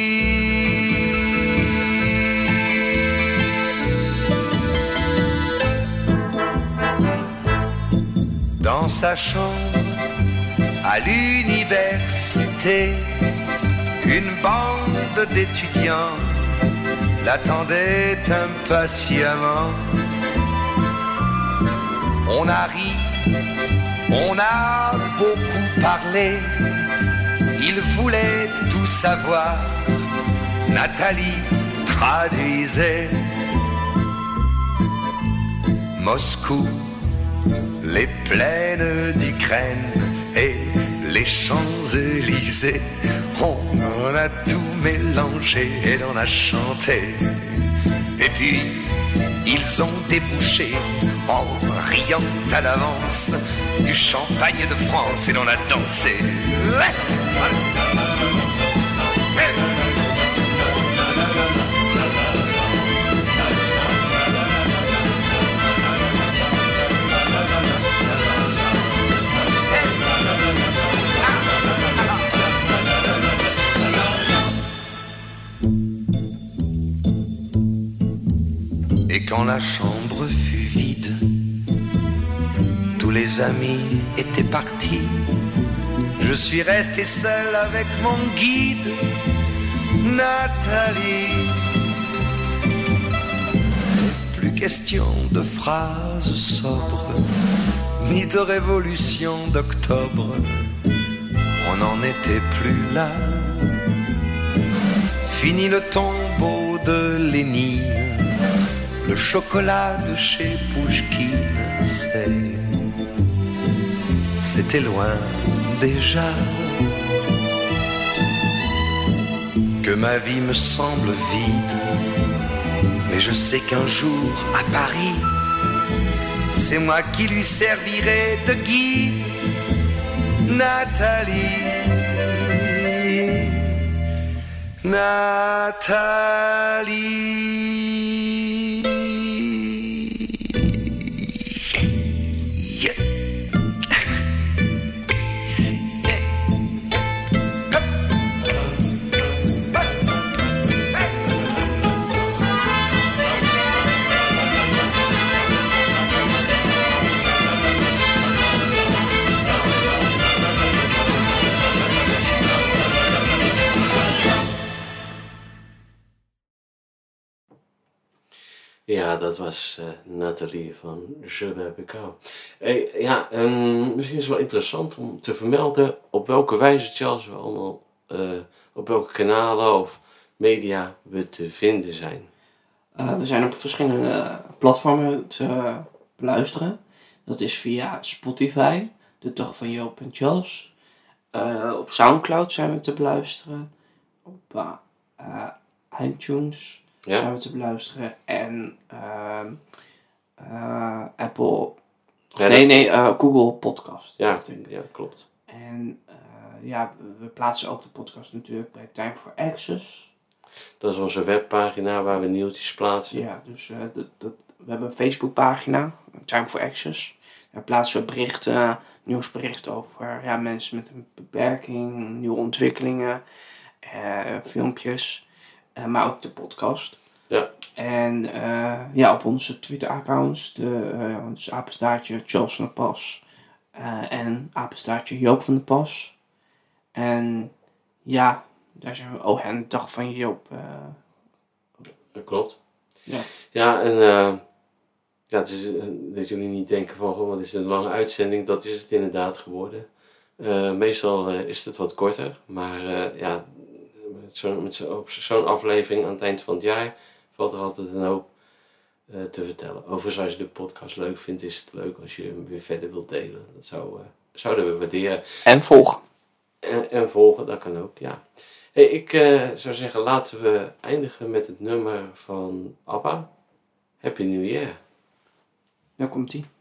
Dans sa chambre, à l'université, une bande d'étudiants l'attendait impatiemment. On a ri, on a beaucoup parlé. Il voulait tout savoir. Nathalie traduisait. Moscou, les plaines d'Ukraine et les Champs-Élysées. On a tout mélangé et l'on a chanté. Et puis, ils ont débouché en riant à l'avance du champagne de France et l'on a dansé. Et quand la chambre fut vide, tous les amis étaient partis. Je suis resté seul avec mon guide, Nathalie. Plus question de phrases sobres, ni de révolution d'octobre. On n'en était plus là. Fini le tombeau de Lénine. Le chocolat de chez Pouchkine, c'est... C'était loin déjà. Que ma vie me semble vide. Mais je sais qu'un jour, à Paris, c'est moi qui lui servirai de guide, Nathalie. Nathalie.
Ja, dat was uh, Nathalie van Gilbert Bécaud. Hey, ja, um, misschien is het wel interessant om te vermelden op welke wijze, Charles, we allemaal uh, op welke kanalen of media we te vinden zijn.
Uh, we zijn op verschillende platformen te beluisteren. Dat is via Spotify, De Dag van Joop en Charles. Uh, op Soundcloud zijn we te beluisteren. Op uh, uh, iTunes.
Ja.
zijn we te beluisteren. En uh, uh, Apple... Of
Ja,
nee,
dat-
nee, uh, Google Podcast.
Ja,
dacht ik.
ja, klopt.
En uh, ja, we, we plaatsen ook de podcast natuurlijk bij Time for Access.
Dat is onze webpagina waar we nieuwtjes plaatsen.
Ja, dus uh, dat, dat, we hebben een Facebookpagina, Time for Access. Daar plaatsen we berichten, nieuwsberichten over ja, mensen met een beperking, nieuwe ontwikkelingen, uh, filmpjes, uh, maar ook de podcast.
Ja.
En uh, ja, op onze Twitter-accounts, de uh, dus apenstaartje Charles van der Pas uh, en apenstaartje Joop van der Pas. En ja, daar zijn we. Oh, en de dag van Joop. Uh,
Dat klopt.
Ja.
Ja, en uh, ja, het is, uh, dat jullie niet denken van, goh, wat is een lange uitzending. Dat is het inderdaad geworden. Uh, meestal uh, is het wat korter. Maar uh, ja, met zo'n met zo, zo'n aflevering aan het eind van het jaar valt er altijd een hoop uh, te vertellen. Overigens, als je de podcast leuk vindt, is het leuk als je hem weer verder wilt delen. Dat zou, uh, zouden we waarderen.
En volgen.
En, en volgen, dat kan ook, ja. Hey, ik uh, zou zeggen, laten we eindigen met het nummer van ABBA. Happy New Year.
Daar komt ie.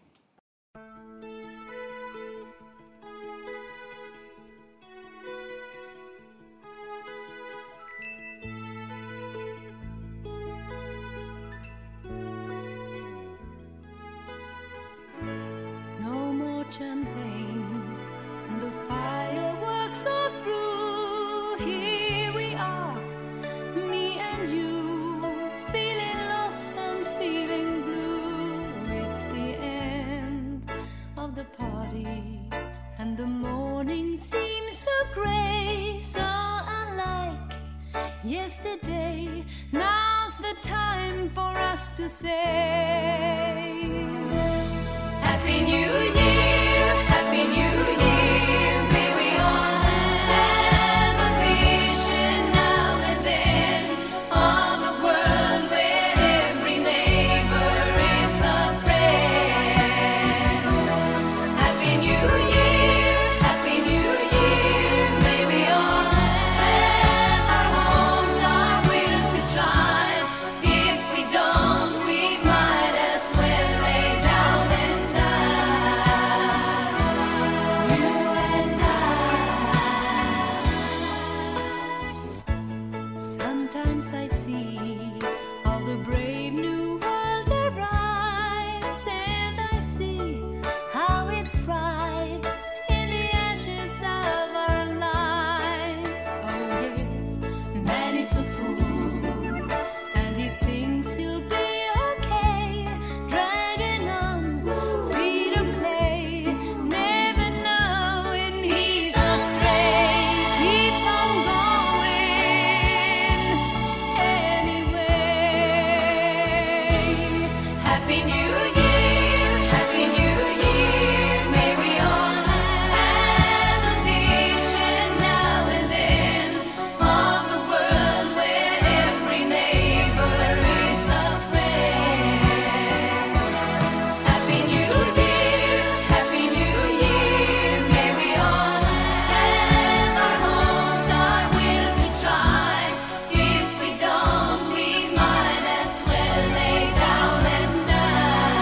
No more champagne and the fireworks are through. Here we are, me and you, feeling lost and feeling blue. It's the end of the party and the morning seems so grey, so unlike yesterday. Now's the time for us to say Happy New Year, Happy New Year. May we all have a vision now and then of a world where every neighbor is a friend. Happy New Year, Happy New Year. May we all have our homes, our will to try. If we don't, we might as well lay down and die. You and I. Sometimes I see how the brave new world arrives, and I see how it thrives in the ashes of our lives. Oh yes, man is a fool, and he thinks he'll be okay, dragging on, feet of clay, never knowing he's astray, keeps on going anyway. Happy New Year, Happy New Year. May we all have a vision now and then of a world where every neighbor is a friend. Happy New Year, Happy New Year. May we all have our homes, our will to try. If we don't, we might as well lay down and die.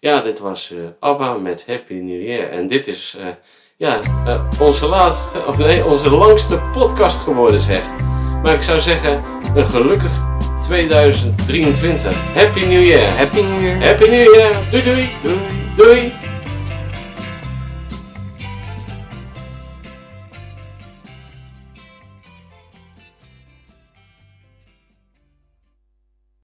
Ja, dit was uh, ABBA met Happy New Year. En dit is uh, ja, uh, onze laatste, of nee, onze langste podcast geworden, zeg. Maar ik zou zeggen, een gelukkig tweeduizend drieëntwintig. Happy New Year.
Happy New Year.
Happy New Year. Doei doei.
Doei.
Doei.